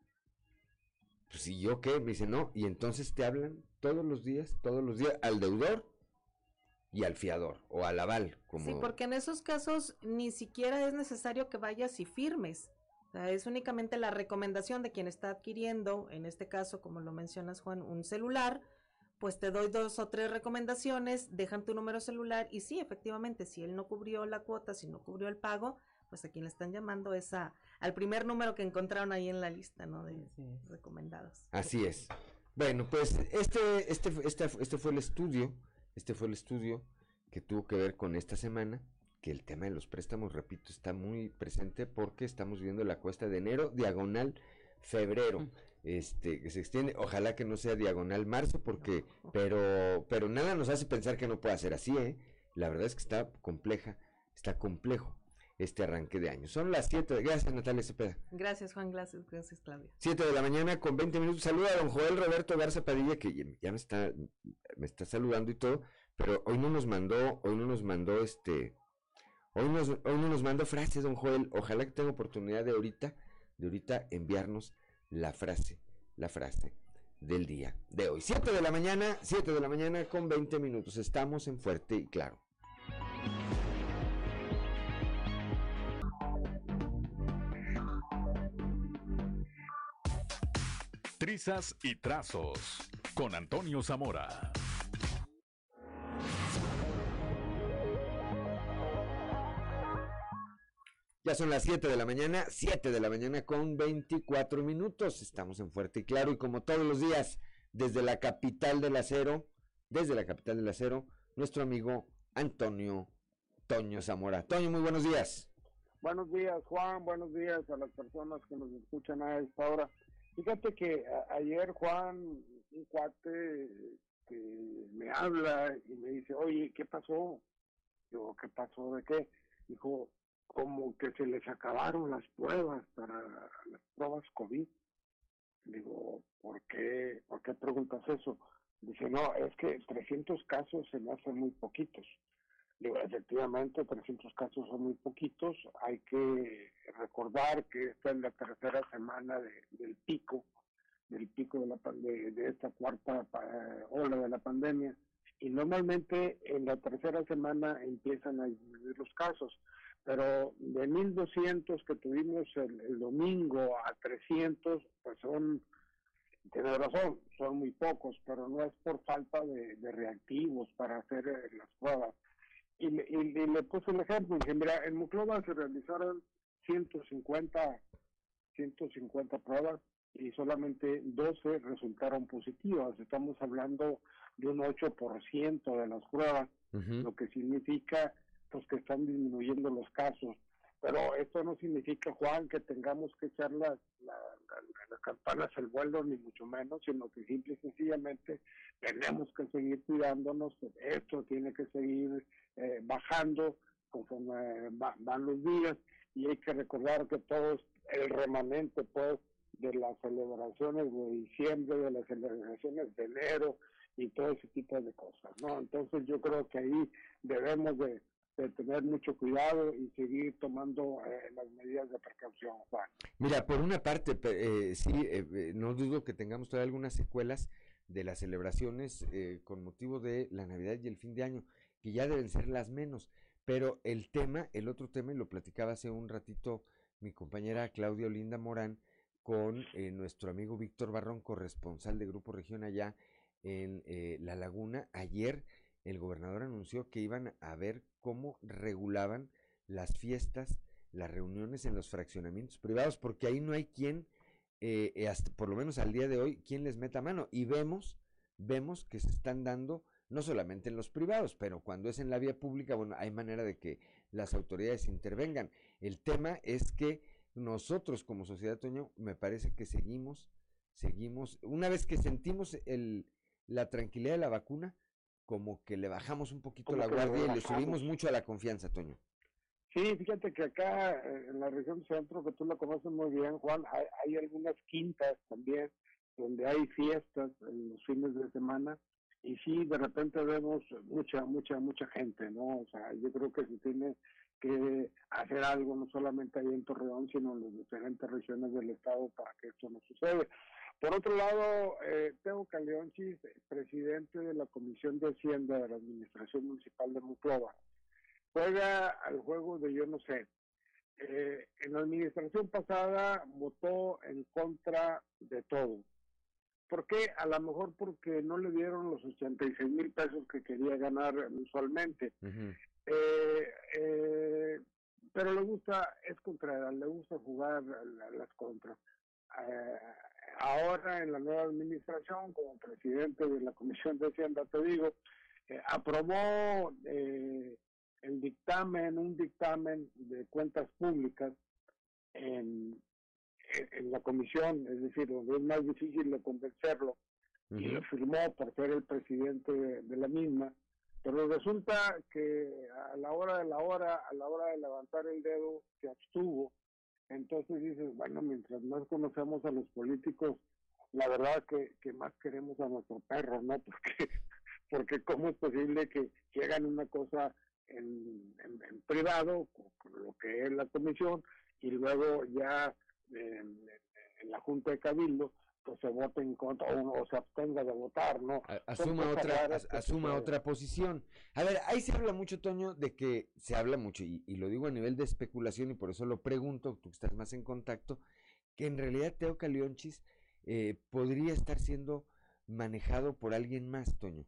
pues ¿y yo qué? Me dice, no, y entonces te hablan todos los días, todos los días, al deudor y al fiador, o al aval, como... Sí, porque en esos casos ni siquiera es necesario que vayas y firmes, o sea, es únicamente la recomendación de quien está adquiriendo, en este caso, como lo mencionas, Juan, un celular, pues te doy dos o tres recomendaciones, dejan tu número celular, y sí, efectivamente, si él no cubrió la cuota, si no cubrió el pago, pues a quien le están llamando es a, al primer número que encontraron ahí en la lista, ¿no? De sí. recomendados. Así es. Bueno, pues este, este, este, este fue el estudio, este fue el estudio que tuvo que ver con esta semana, que el tema de los préstamos, repito, está muy presente porque estamos viendo la cuesta de enero, diagonal febrero, mm. este, que se extiende, ojalá que no sea diagonal marzo, porque, no. pero, pero nada nos hace pensar que no pueda ser así, ¿eh? La verdad es que está compleja, está complejo este arranque de año. Son las siete, gracias Natalia Cepeda. Gracias Juan, gracias, gracias Claudia. siete de la mañana con veinte minutos, saluda a don Joel Roberto Garza Padilla, que ya me está, me está saludando y todo, pero hoy no nos mandó, hoy no nos mandó este, hoy, nos, hoy no nos mandó frases, don Joel, ojalá que tenga oportunidad de ahorita, de ahorita enviarnos la frase, la frase del día de hoy. siete de la mañana, siete de la mañana con veinte minutos, estamos en Fuerte y Claro. Trizas y trazos con Antonio Zamora. Ya son las siete de la mañana, siete de la mañana con veinticuatro minutos. Estamos en Fuerte y Claro y como todos los días, desde la capital del acero, desde la capital del acero, nuestro amigo Antonio Toño Zamora. Toño, muy buenos días. Buenos días, Juan, buenos días a las personas que nos escuchan a esta hora. Fíjate que a, ayer Juan, un cuate que me habla y me dice, oye, ¿qué pasó? Digo, ¿qué pasó de qué? Dijo, como que se les acabaron las pruebas para las pruebas COVID. Digo, ¿por qué? ¿Por qué preguntas eso? Dice, no, es que trescientos casos se me hacen muy poquitos. Digo, efectivamente, trescientos casos son muy poquitos. Hay que recordar que esta es la tercera semana de, del pico, del pico de, la, de, de esta cuarta pa, ola de la pandemia. Y normalmente en la tercera semana empiezan a disminuir los casos. Pero de mil doscientos que tuvimos el, el domingo a trescientos, pues son, tiene razón, son muy pocos, pero no es por falta de, de reactivos para hacer eh, las pruebas. Y, y, y le puse el ejemplo, dije, mira, en Monclova se realizaron ciento cincuenta pruebas y solamente doce resultaron positivas. Estamos hablando de un ocho por ciento de las pruebas, uh-huh. lo que significa pues que están disminuyendo los casos. Pero esto no significa, Juan, que tengamos que echar las, la, la, las campanas al vuelo, ni mucho menos, sino que simple y sencillamente tenemos que seguir cuidándonos. Esto tiene que seguir eh, bajando conforme va, van los días, y hay que recordar que todo es el remanente, pues, de las celebraciones de diciembre, de las celebraciones de enero y todo ese tipo de cosas, ¿no? Entonces yo creo que ahí debemos de de tener mucho cuidado y seguir tomando eh, las medidas de precaución, Juan. Mira, por una parte, eh, sí, eh, no dudo que tengamos todavía algunas secuelas de las celebraciones eh, con motivo de la Navidad y el fin de año, que ya deben ser las menos, pero el tema, el otro tema, y lo platicaba hace un ratito mi compañera Claudia Olinda Morán con eh, nuestro amigo Víctor Barrón, corresponsal de Grupo Región allá en eh, La Laguna. Ayer el gobernador anunció que iban a ver cómo regulaban las fiestas, las reuniones en los fraccionamientos privados, porque ahí no hay quien, eh, hasta, por lo menos al día de hoy, quien les meta mano. Y vemos, vemos que se están dando, no solamente en los privados, pero cuando es en la vía pública, bueno, hay manera de que las autoridades intervengan. El tema es que nosotros como sociedad, Toño, me parece que seguimos, seguimos, una vez que sentimos el, la tranquilidad de la vacuna, como que le bajamos un poquito como la guardia y le subimos mucho a la confianza, Toño. Sí, fíjate que acá en la región centro, que tú la conoces muy bien, Juan, hay, hay algunas quintas también donde hay fiestas en los fines de semana, y sí, de repente vemos mucha, mucha, mucha gente, ¿no? O sea, yo creo que se tiene que hacer algo, no solamente ahí en Torreón, sino en las diferentes regiones del estado para que esto no suceda. Por otro lado, eh, Teo Caleonchis, presidente de la Comisión de Hacienda de la Administración Municipal de Monclova, juega al juego de yo no sé. Eh, en la administración pasada votó en contra de todo. ¿Por qué? A lo mejor porque no le dieron los ochenta y seis mil pesos que quería ganar mensualmente. Uh-huh. eh, eh, pero le gusta, es Contreras, le gusta jugar a las contras. Eh, ahora en la nueva administración, como presidente de la Comisión de Hacienda, te digo, eh, aprobó eh, el dictamen, un dictamen de cuentas públicas en, en, en la comisión, es decir, donde es más difícil de convencerlo, uh-huh. y lo firmó por ser el presidente de, de la misma, pero resulta que a la hora de la hora, a la hora de levantar el dedo, se abstuvo. Entonces dices, bueno, mientras más conocemos a los políticos, la verdad que, que más queremos a nuestro perro, ¿no? Porque, porque cómo es posible que, que hagan una cosa en, en, en privado, con lo que es la comisión, y luego ya en, en la Junta de Cabildo, pues se vote en contra o, o se abstenga de votar, ¿no? Asuma otra, as, asuma otra posición. A ver, ahí se habla mucho, Toño, de que se habla mucho, y, y lo digo a nivel de especulación, y por eso lo pregunto, tú que estás más en contacto, que en realidad Teo Caleonchis eh, podría estar siendo manejado por alguien más, Toño.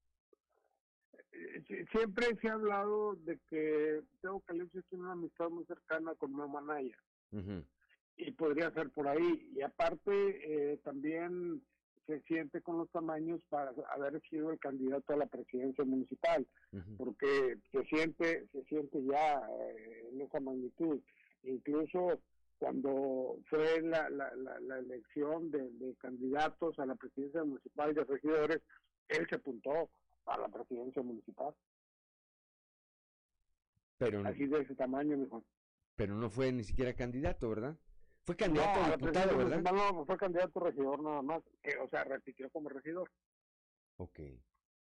Siempre se ha hablado de que Teo Caleonchis tiene una amistad muy cercana con Memo Anaya. Uh-huh. Y podría ser por ahí, y aparte eh, también se siente con los tamaños para haber sido el candidato a la presidencia municipal, uh-huh. porque se siente se siente ya eh, en esa magnitud. Incluso cuando fue la, la, la, la elección de, de candidatos a la presidencia municipal y de regidores, él se apuntó a la presidencia municipal. Pero así de ese tamaño, mejor. Pero no fue ni siquiera candidato, ¿verdad? Fue candidato no, a diputado, ¿verdad? No, no, fue candidato a regidor nada más, que, o sea, repitió como regidor. Ok.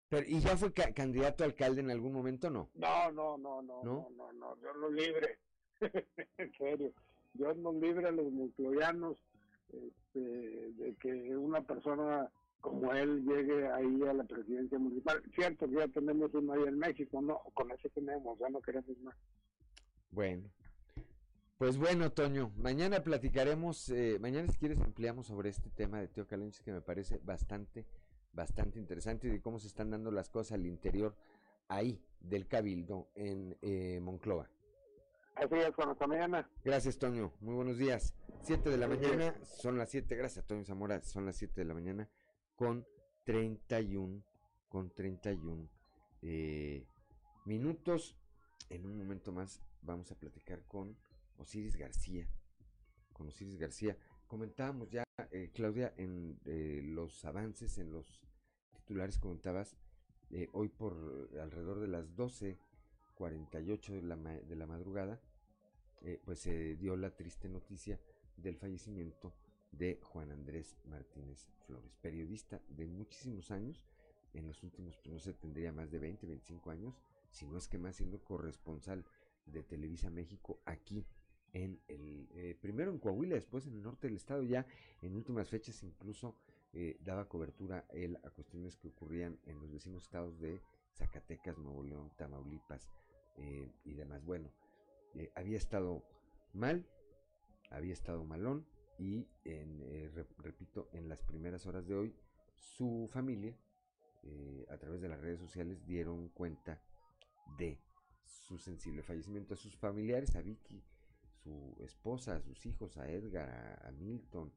Pero, ¿y ya fue ca candidato a alcalde en algún momento, no? No, no, no, no, no, no, no, Dios nos libre. En serio, Dios nos libre a los monclovianos este, de que una persona como él llegue ahí a la presidencia municipal. Cierto que ya tenemos uno ahí en México, no, con ese tenemos, ya no queremos más. Bueno, pues bueno, Toño, mañana platicaremos, eh, mañana si quieres ampliamos sobre este tema de Teo Calenches, que me parece bastante, bastante interesante, y de cómo se están dando las cosas al interior ahí del Cabildo en eh, Monclova. Así es, Juan, hasta mañana. Gracias, Toño, muy buenos días. Siete de la mañana, son las siete, gracias, Toño Zamora, son las siete de la mañana con treinta y uno, con treinta y uno eh, minutos. En un momento más vamos a platicar con Osiris García, con Osiris García. Comentábamos ya, eh, Claudia, en eh, los avances, en los titulares comentabas, eh, hoy por alrededor de las doce cuarenta y ocho de la, de la madrugada, eh, pues se dio la triste noticia del fallecimiento de Juan Andrés Martínez Flores, periodista de muchísimos años, en los últimos, pues no sé, tendría más de veinte, veinticinco años, si no es que más, siendo corresponsal de Televisa México aquí en el, eh, primero en Coahuila, después en el norte del estado, ya en últimas fechas incluso eh, daba cobertura él a cuestiones que ocurrían en los vecinos estados de Zacatecas, Nuevo León, Tamaulipas eh, y demás. Bueno, eh, había estado mal, había estado malón, y en, eh, re, repito, en las primeras horas de hoy, su familia, eh, a través de las redes sociales, dieron cuenta de su sensible fallecimiento. A sus familiares, a Vicky, su esposa, a sus hijos, a Edgar, a, a Milton,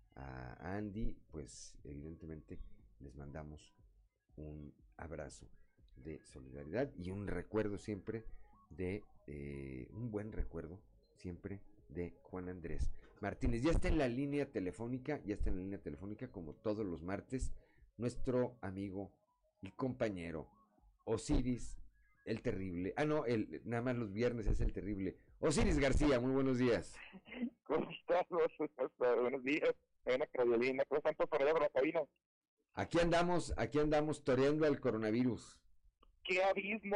a Andy, pues evidentemente les mandamos un abrazo de solidaridad y un recuerdo siempre de, eh, un buen recuerdo siempre de Juan Andrés Martínez. Ya está en la línea telefónica, ya está en la línea telefónica como todos los martes, nuestro amigo y compañero Osiris el Terrible. Ah, no, el, nada más los viernes es el Terrible. Osiris García, muy buenos días. ¿Cómo estás? Buenos días. Ana Carolina, ¿cómo están por allá por la cabina? Aquí andamos, aquí andamos toreando al coronavirus. ¡Qué abismo!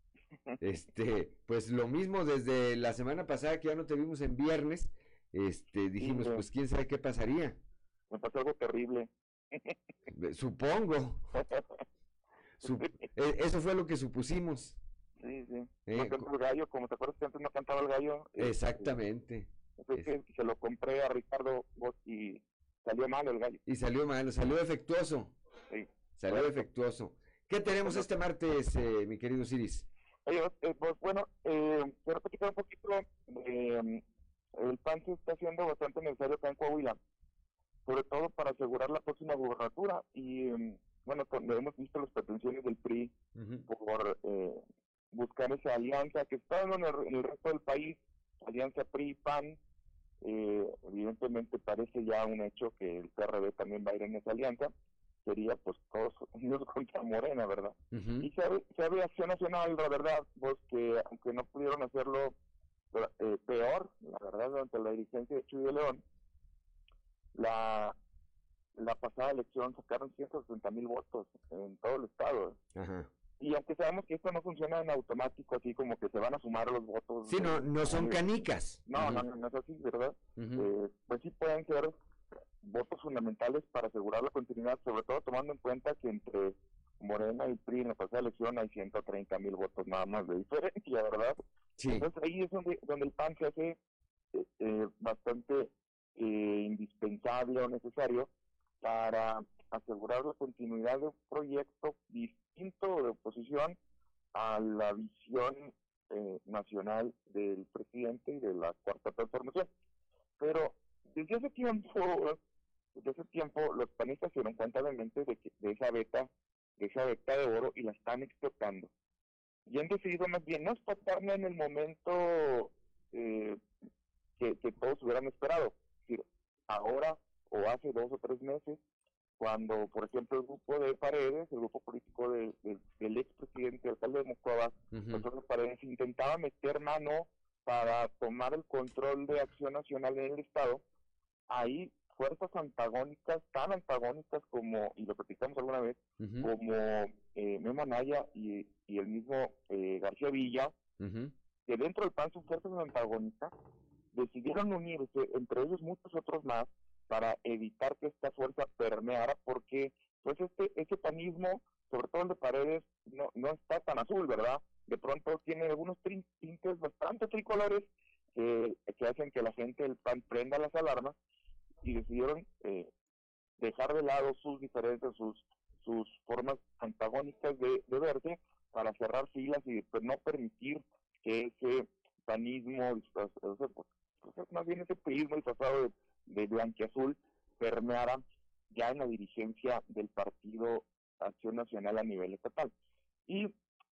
Este, pues lo mismo desde la semana pasada que ya no te vimos en viernes, este, dijimos, sí, pues quién sabe qué pasaría. Me pasó algo terrible. Supongo. Sup eh, eso fue lo que supusimos. Sí, sí. Eh, no canta el gallo, como te acuerdas que antes no cantaba el gallo. Exactamente. Entonces es... se lo compré a Ricardo y salió mal el gallo. Y salió mal, salió defectuoso. Sí. Salió bueno. defectuoso. ¿Qué tenemos bueno. este martes, eh, mi querido Osiris? Oye, eh, pues bueno, eh, quiero platicar un poquito. Eh, el P A N se está haciendo bastante necesario acá en Coahuila, sobre todo para asegurar la próxima gubernatura. Y eh, bueno, hemos visto las pretensiones del P R I uh-huh. por eh, buscar esa alianza que está en el, en el resto del país, alianza P R I-P A N. Eh, evidentemente parece ya un hecho que el P R D también va a ir en esa alianza. Sería pues todos unidos contra Morena, ¿verdad? Uh-huh. Y sabe, sabe Acción Nacional, la verdad, pues que aunque no pudieron hacerlo eh, peor, la verdad, durante la dirigencia de Chuy de León, la la pasada elección sacaron ciento sesenta mil votos en todo el estado. Uh-huh. Y aunque sabemos que esto no funciona en automático, así como que se van a sumar los votos. Sí, no, no son canicas. No, uh-huh. no, no, no es así, ¿verdad? Uh-huh. eh, pues sí pueden ser votos fundamentales para asegurar la continuidad, sobre todo tomando en cuenta que entre Morena y P R I en la pasada elección hay ciento treinta mil votos nada más de diferencia, ¿verdad? Sí. Entonces ahí es donde, donde el P A N se hace eh, eh, bastante eh, indispensable o necesario para asegurar la continuidad de un proyecto distinto de oposición a la visión eh, nacional del presidente y de la Cuarta Transformación. Pero desde ese tiempo, desde ese tiempo los panistas se dieron cuenta realmente de, que, de esa beta, de esa beta de oro y la están explotando. Y han decidido más bien no explotarla en el momento eh, que, que todos hubieran esperado. Es decir, ahora o hace dos o tres meses, cuando, por ejemplo, el grupo de Paredes, el grupo político de, de, del expresidente alcalde de Monclova, uh-huh. Gonzalo Paredes, intentaba meter mano para tomar el control de Acción Nacional en el Estado, ahí fuerzas antagónicas, tan antagónicas como, y lo platicamos alguna vez, uh-huh. como eh, Memo Anaya y, y el mismo eh, García Villa, uh-huh. que dentro del P A N son fuerzas antagonistas, decidieron unirse, entre ellos muchos otros más, para evitar que esta fuerza permeara, porque pues este ese panismo, sobre todo el de Paredes, no, no está tan azul, ¿verdad? De pronto tiene algunos trin- tintes bastante tricolores que, que hacen que la gente del P A N prenda las alarmas, y decidieron eh, dejar de lado sus diferencias, sus sus formas antagónicas de, de verse, para cerrar filas y pues, no permitir que ese panismo, pues, pues, más bien ese prismo disfrazado de, de blanquiazul permeara ya en la dirigencia del Partido Acción Nacional a nivel estatal. Y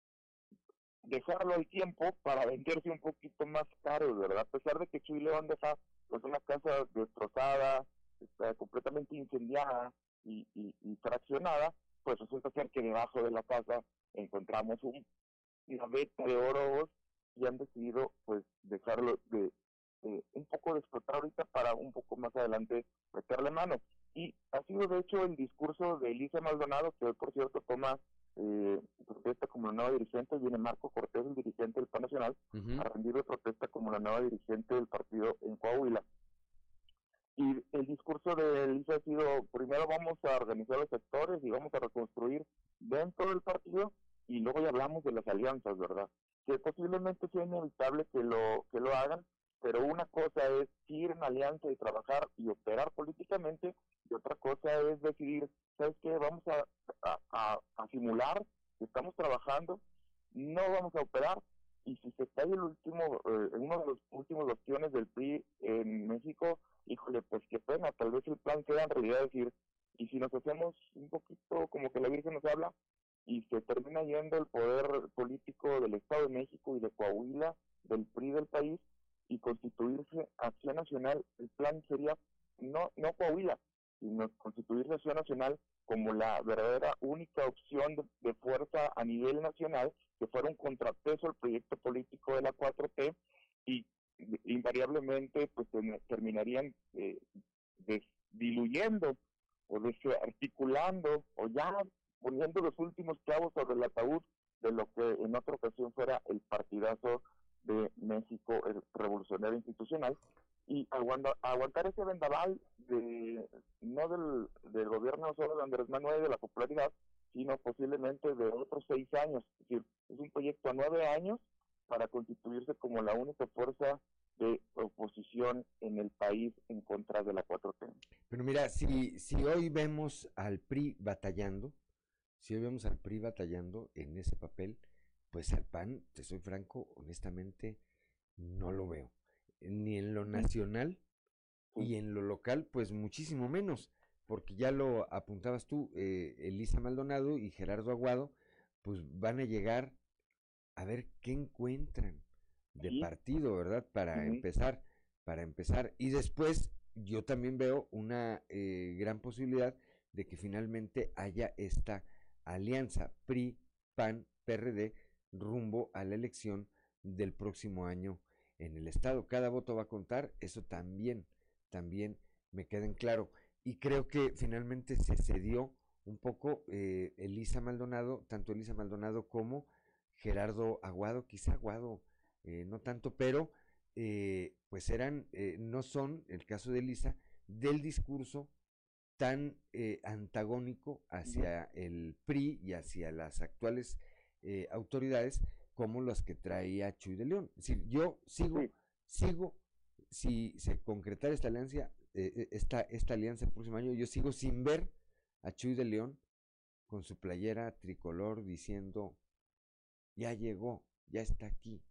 dejarlo al tiempo para venderse un poquito más caro, ¿verdad? A pesar de que Chuy León deja pues una casa destrozada, está completamente incendiada y, y, y fraccionada, pues resulta ser que debajo de la casa encontramos un, una veta de oro, y han decidido pues dejarlo de, de un poco de explotar ahorita para un poco más adelante meterle mano. Y ha sido de hecho el discurso de Elisa Maldonado, que hoy por cierto toma eh, protesta como la nueva dirigente. Viene Marco Cortés, el dirigente del P A N Nacional, uh-huh. a rendirle protesta como la nueva dirigente del partido en Coahuila. Y el discurso de Elisa ha sido: primero vamos a organizar los sectores y vamos a reconstruir dentro del partido, y luego ya hablamos de las alianzas, ¿verdad? Que posiblemente sea inevitable que lo que lo hagan, pero una cosa es ir en alianza y trabajar y operar políticamente, y otra cosa es decidir, ¿sabes qué? Vamos a, a, a, a simular que estamos trabajando, no vamos a operar, y si se cae el último, eh, uno de los últimos bastiones del P R I en México, híjole, pues qué pena, tal vez el plan sea en realidad decir, y si nos hacemos un poquito como que la Virgen nos habla, y se termina yendo el poder político del Estado de México y de Coahuila, del P R I del país, y constituirse Acción Nacional, el plan sería no no Coahuila, sino constituirse Acción Nacional como la verdadera única opción de, de fuerza a nivel nacional, que fuera un contrapeso al proyecto político de la cuatro T, y invariablemente pues terminarían eh, des, diluyendo o desarticulando o ya poniendo los últimos clavos sobre el ataúd de lo que en otra ocasión fuera el partidazo de México, el revolucionario institucional, y aguanta, aguantar ese vendaval de no del, del gobierno solo de Andrés Manuel, de la popularidad, sino posiblemente de otros seis años. Es decir, es un proyecto a nueve años para constituirse como la única fuerza de oposición en el país en contra de la cuatro T. Pero mira, si, si hoy vemos al P R I batallando, si hoy vemos al P R I batallando en ese papel, pues al P A N, te soy franco, honestamente, no lo veo. Ni en lo nacional y en lo local, pues muchísimo menos, porque ya lo apuntabas tú, eh, Elisa Maldonado y Gerardo Aguado, pues van a llegar a ver qué encuentran de ¿Sí? partido, ¿verdad? Para uh-huh. empezar, para empezar. Y después yo también veo una eh, gran posibilidad de que finalmente haya esta alianza P R I, P A N, P R D rumbo a la elección del próximo año en el estado. Cada voto va a contar, eso también, también me queda en claro. Y creo que finalmente se cedió un poco eh, Elisa Maldonado, tanto Elisa Maldonado como Gerardo Aguado, quizá Aguado eh, no tanto, pero eh, pues eran, eh, no son, el caso de Elisa, del discurso tan eh, antagónico hacia el P R I y hacia las actuales eh, autoridades como los que traía Chuy de León. Es decir, yo sigo, sí. sigo, si se concretara esta alianza, eh, esta, esta alianza el próximo año, yo sigo sin ver a Chuy de León con su playera tricolor diciendo, ya llegó, ya está aquí.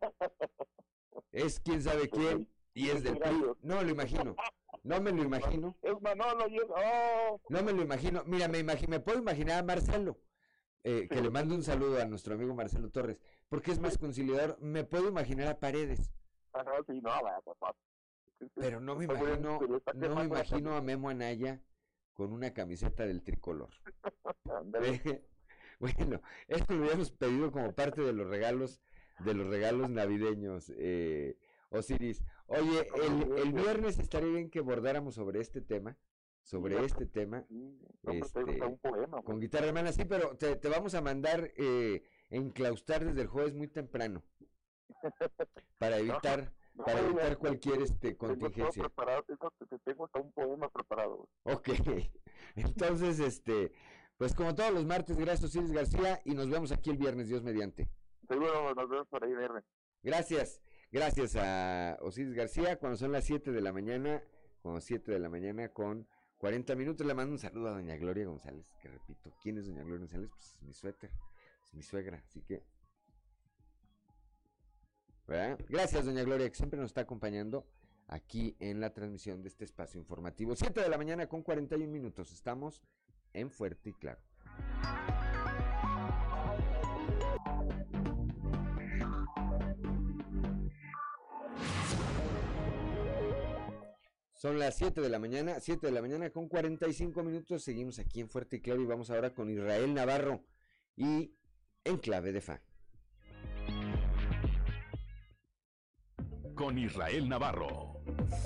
Es quién sabe quién y es del P R I. No me lo imagino. No me lo imagino. Es Manolo y es... ¡Oh! No me lo imagino. Mira, me imagino, me puedo imaginar a Marcelo, eh, que le mando un saludo a nuestro amigo Marcelo Torres, porque es más conciliador. Me puedo imaginar a Paredes. Ah, no, sí, no, papá. Pero no me imagino, no me imagino a Memo Anaya con una camiseta del tricolor. eh, bueno, esto lo habíamos pedido como parte de los regalos, de los regalos navideños, eh, Osiris. Oye, el, el viernes estaría bien que abordáramos sobre este tema, sobre Sí, este tema. hombre, este, te gusta un poema, con pues. guitarra hermana, sí, pero te, te vamos a mandar eh, enclaustar desde el jueves muy temprano para evitar No, para no, evitar ya, cualquier este tengo todo contingencia. preparado, tengo, te- tengo hasta un poema preparado. Ok, entonces, este, pues como todos los martes, gracias Osiris García y nos vemos aquí el viernes, Dios mediante. Seguro nos vemos por ahí viernes. Gracias, gracias a Osiris García, cuando son las siete de la mañana, como siete de la mañana con cuarenta minutos, le mando un saludo a doña Gloria González, que repito, ¿quién es doña Gloria González? Pues es mi suéter, es mi suegra, así que... ¿verdad? Gracias doña Gloria, que siempre nos está acompañando aquí en la transmisión de este espacio informativo. siete de la mañana con cuarenta y un minutos, estamos en Fuerte y Claro. Son las siete de la mañana, siete de la mañana con cuarenta y cinco minutos, seguimos aquí en Fuerte y Claro y vamos ahora con Israel Navarro y En Clave de Fa. Con Israel Navarro.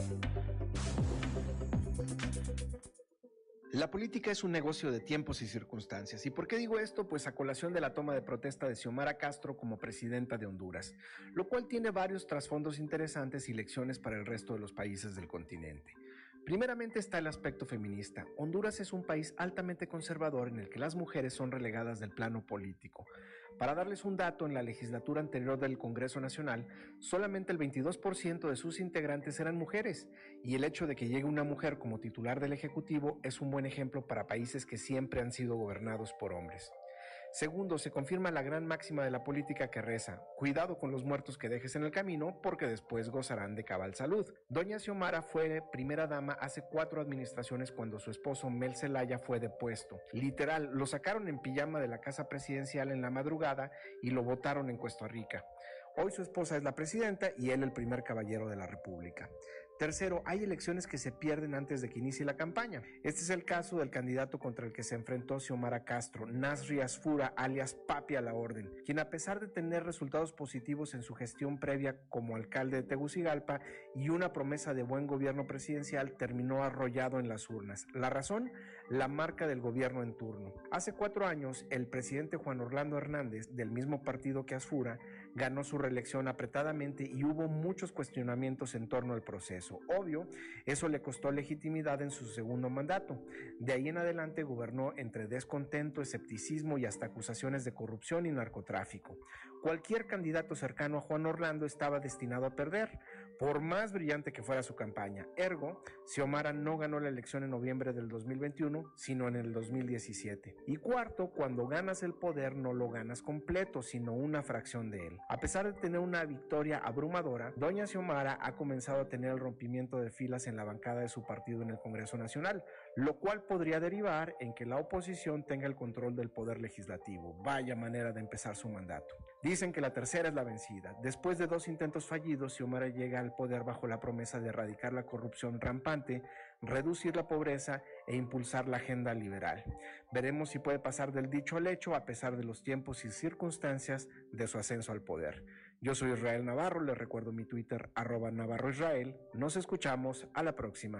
La política es un negocio de tiempos y circunstancias. ¿Y por qué digo esto? Pues a colación de la toma de protesta de Xiomara Castro como presidenta de Honduras, lo cual tiene varios trasfondos interesantes y lecciones para el resto de los países del continente. Primeramente está el aspecto feminista. Honduras es un país altamente conservador en el que las mujeres son relegadas del plano político. Para darles un dato, en la legislatura anterior del Congreso Nacional, solamente el veintidós por ciento de sus integrantes eran mujeres, y el hecho de que llegue una mujer como titular del Ejecutivo es un buen ejemplo para países que siempre han sido gobernados por hombres. Segundo, se confirma la gran máxima de la política que reza: cuidado con los muertos que dejes en el camino, porque después gozarán de cabal salud. Doña Xiomara fue primera dama hace cuatro administraciones cuando su esposo Mel Zelaya fue depuesto. Literal, lo sacaron en pijama de la casa presidencial en la madrugada y lo botaron en Costa Rica. Hoy su esposa es la presidenta y él el primer caballero de la República. Tercero, hay elecciones que se pierden antes de que inicie la campaña. Este es el caso del candidato contra el que se enfrentó Xiomara Castro, Nasri Asfura, alias Papi a la Orden, quien a pesar de tener resultados positivos en su gestión previa como alcalde de Tegucigalpa y una promesa de buen gobierno presidencial, terminó arrollado en las urnas. ¿La razón? La marca del gobierno en turno. Hace cuatro años, el presidente Juan Orlando Hernández, del mismo partido que Asfura, ganó su reelección apretadamente y hubo muchos cuestionamientos en torno al proceso. Obvio, eso le costó legitimidad en su segundo mandato. De ahí en adelante gobernó entre descontento, escepticismo y hasta acusaciones de corrupción y narcotráfico. Cualquier candidato cercano a Juan Orlando estaba destinado a perder, por más brillante que fuera su campaña. Ergo, Xiomara no ganó la elección en noviembre del dos mil veintiuno, sino en el dos mil diecisiete. Y cuarto, cuando ganas el poder no lo ganas completo, sino una fracción de él. A pesar de tener una victoria abrumadora, doña Xiomara ha comenzado a tener el rompimiento de filas en la bancada de su partido en el Congreso Nacional, lo cual podría derivar en que la oposición tenga el control del poder legislativo. Vaya manera de empezar su mandato. Dicen que la tercera es la vencida. Después de dos intentos fallidos, Xiomara llega al poder bajo la promesa de erradicar la corrupción rampante, reducir la pobreza e impulsar la agenda liberal. Veremos si puede pasar del dicho al hecho a pesar de los tiempos y circunstancias de su ascenso al poder. Yo soy Israel Navarro, les recuerdo mi Twitter, arroba Navarro Israel. Nos escuchamos a la próxima.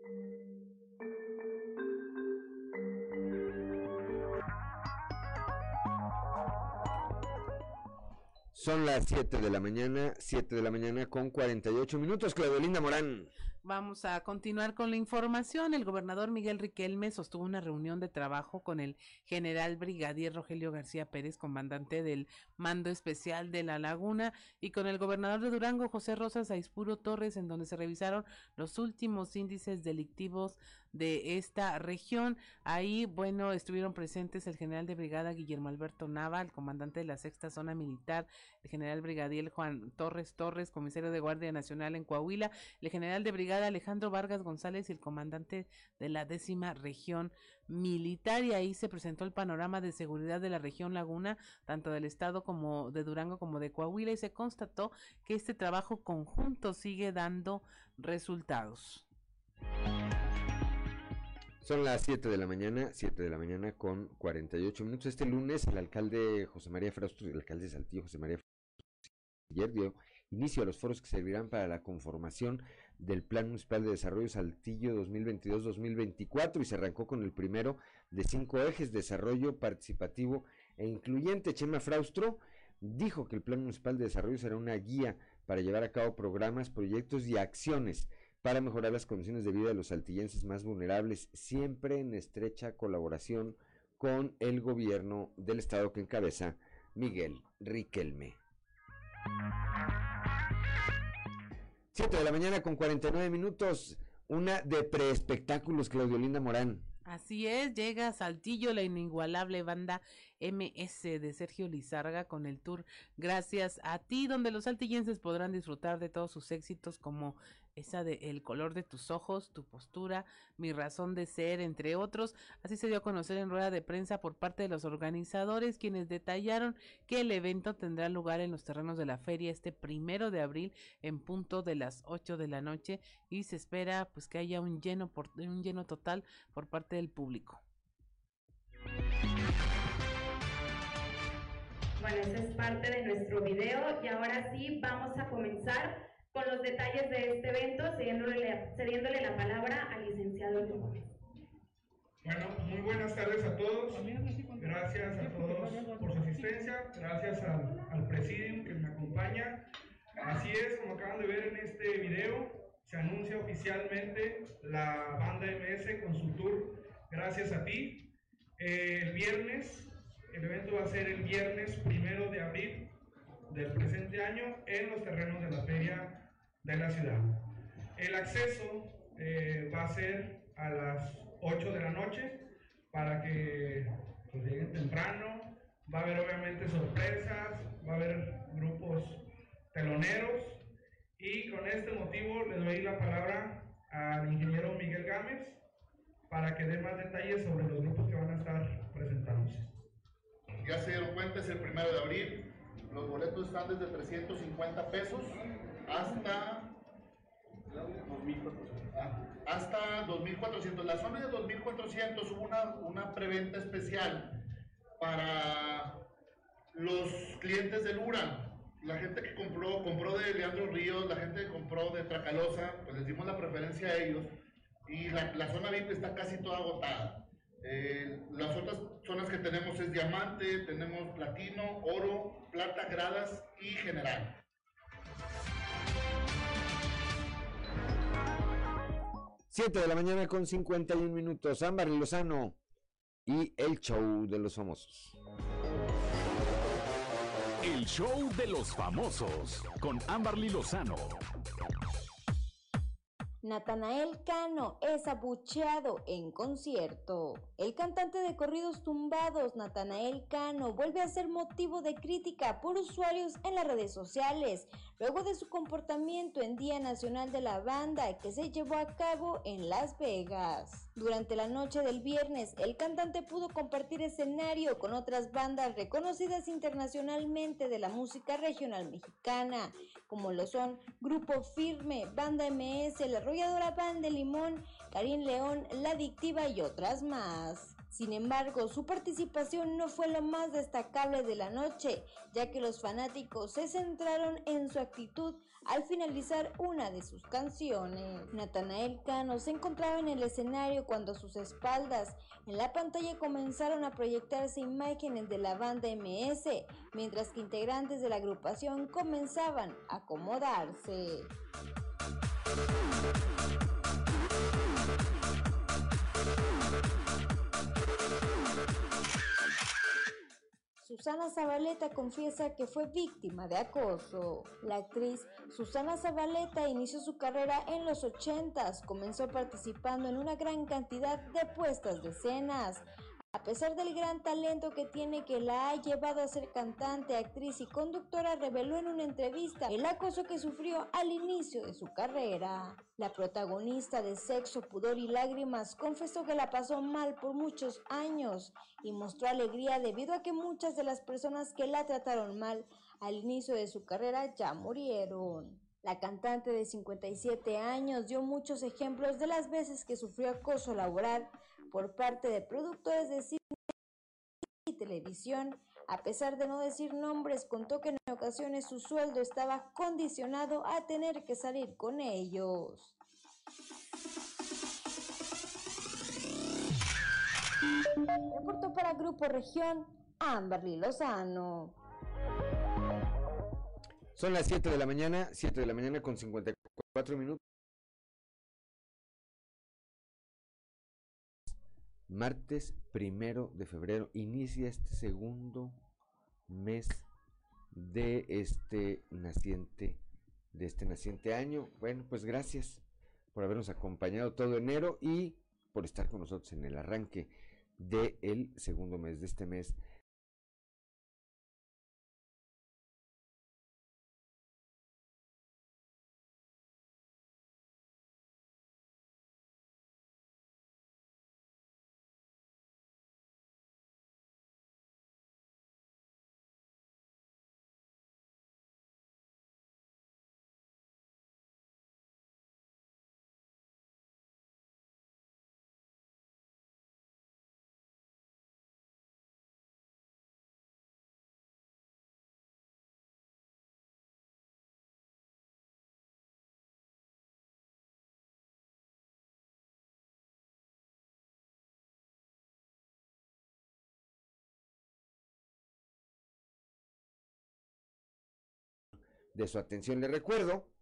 Son las siete de la mañana, siete de la mañana con cuarenta y ocho minutos, Claudelinda Morán. Vamos a continuar con la información. El gobernador Miguel Riquelme sostuvo una reunión de trabajo con el general brigadier Rogelio García Pérez, comandante del Mando Especial de La Laguna, y con el gobernador de Durango, José Rosas Aispuro Torres, en donde se revisaron los últimos índices delictivos de esta región. Ahí, bueno, estuvieron presentes el general de brigada Guillermo Alberto Nava, el comandante de la sexta zona militar, el general brigadier Juan Torres Torres, comisario de Guardia Nacional en Coahuila, el general de brigada Alejandro Vargas González y el comandante de la décima región militar. Y ahí se presentó el panorama de seguridad de la región Laguna, tanto del estado como de Durango como de Coahuila, y se constató que este trabajo conjunto sigue dando resultados. Son las siete de la mañana, siete de la mañana con cuarenta y ocho minutos. Este lunes el alcalde José María Frausto, el alcalde de Saltillo, José María Frausto, ayer dio inicio a los foros que servirán para la conformación del Plan Municipal de Desarrollo Saltillo dos mil veintidós dos mil veinticuatro, y se arrancó con el primero de cinco ejes: desarrollo participativo e incluyente. Chema Fraustro dijo que el Plan Municipal de Desarrollo será una guía para llevar a cabo programas, proyectos y acciones para mejorar las condiciones de vida de los saltillenses más vulnerables, siempre en estrecha colaboración con el gobierno del estado que encabeza Miguel Riquelme. siete de la mañana con cuarenta y nueve minutos, una de preespectáculos, Claudio Linda Morán. Así es, llega a Saltillo la inigualable banda eme ese de Sergio Lizárraga con el tour Gracias a ti, donde los saltillenses podrán disfrutar de todos sus éxitos como esa de El color de tus ojos, Tu postura, Mi razón de ser, entre otros. Así se dio a conocer en rueda de prensa por parte de los organizadores, quienes detallaron que el evento tendrá lugar en los terrenos de la feria este primero de abril en punto de las ocho de la noche, y se espera pues que haya un lleno por, un lleno total por parte del público. Bueno, eso es parte de nuestro video y ahora sí vamos a comenzar con los detalles de este evento, cediéndole, cediéndole la palabra al licenciado Héctor Gómez. Bueno, muy buenas tardes a todos. Gracias a todos por su asistencia. Gracias al, al presidium que me acompaña. Así es, como acaban de ver en este video, se anuncia oficialmente la banda eme ese con su tour Gracias a ti. Eh, el viernes, el evento va a ser el viernes primero de abril del presente año en los terrenos de la feria de la ciudad. El acceso eh, va a ser a las ocho de la noche para que pues, lleguen temprano. Va a haber obviamente sorpresas, va a haber grupos teloneros, y con este motivo le doy la palabra al ingeniero Miguel Gámez para que dé más detalles sobre los grupos que van a estar presentándose. Ya se dieron cuenta, es el primero de abril. Los boletos están desde trescientos cincuenta pesos hasta hasta dos mil cuatrocientos. La zona de dos mil cuatrocientos hubo una, una preventa especial para los clientes del URA. La gente que compró, compró de Leandro Ríos, la gente que compró de Tracalosa, pues les dimos la preferencia a ellos, y la, la zona V I P está casi toda agotada. Eh, las otras zonas que tenemos es diamante, tenemos platino, oro, plata, gradas y general. siete de la mañana con cincuenta y un minutos. Ámbarly Lozano y el show de los famosos. El show de los famosos con Ámbarly Lozano. Natanael Cano es abucheado en concierto. El cantante de corridos tumbados, Natanael Cano, vuelve a ser motivo de crítica por usuarios en las redes sociales, luego de su comportamiento en Día Nacional de la Banda que se llevó a cabo en Las Vegas. Durante la noche del viernes, el cantante pudo compartir escenario con otras bandas reconocidas internacionalmente de la música regional mexicana, como lo son Grupo Firme, Banda eme ese, La Arrolladora Banda de Limón, Karim León, La Adictiva y otras más. Sin embargo, su participación no fue lo más destacable de la noche, ya que los fanáticos se centraron en su actitud al finalizar una de sus canciones. Natanael Cano se encontraba en el escenario cuando a sus espaldas, en la pantalla, comenzaron a proyectarse imágenes de la banda eme ese, mientras que integrantes de la agrupación comenzaban a acomodarse. Susana Zabaleta confiesa que fue víctima de acoso. La actriz Susana Zabaleta inició su carrera en los ochentas, comenzó participando en una gran cantidad de puestas de escenas. A pesar del gran talento que tiene, que la ha llevado a ser cantante, actriz y conductora, reveló en una entrevista el acoso que sufrió al inicio de su carrera. La protagonista de Sexo, Pudor y Lágrimas confesó que la pasó mal por muchos años y mostró alegría debido a que muchas de las personas que la trataron mal al inicio de su carrera ya murieron. La cantante de cincuenta y siete años dio muchos ejemplos de las veces que sufrió acoso laboral por parte de productores de cine y televisión, A pesar de no decir nombres, contó que en ocasiones su sueldo estaba condicionado a tener que salir con ellos. Reportó para Grupo Región, Amberly Lozano. Son las siete de la mañana, siete de la mañana con cincuenta y cuatro minutos. Martes primero de febrero, inicia este segundo mes de este naciente, de este naciente año. Bueno, pues gracias por habernos acompañado todo enero y por estar con nosotros en el arranque del segundo mes de este mes. De su atención. Le recuerdo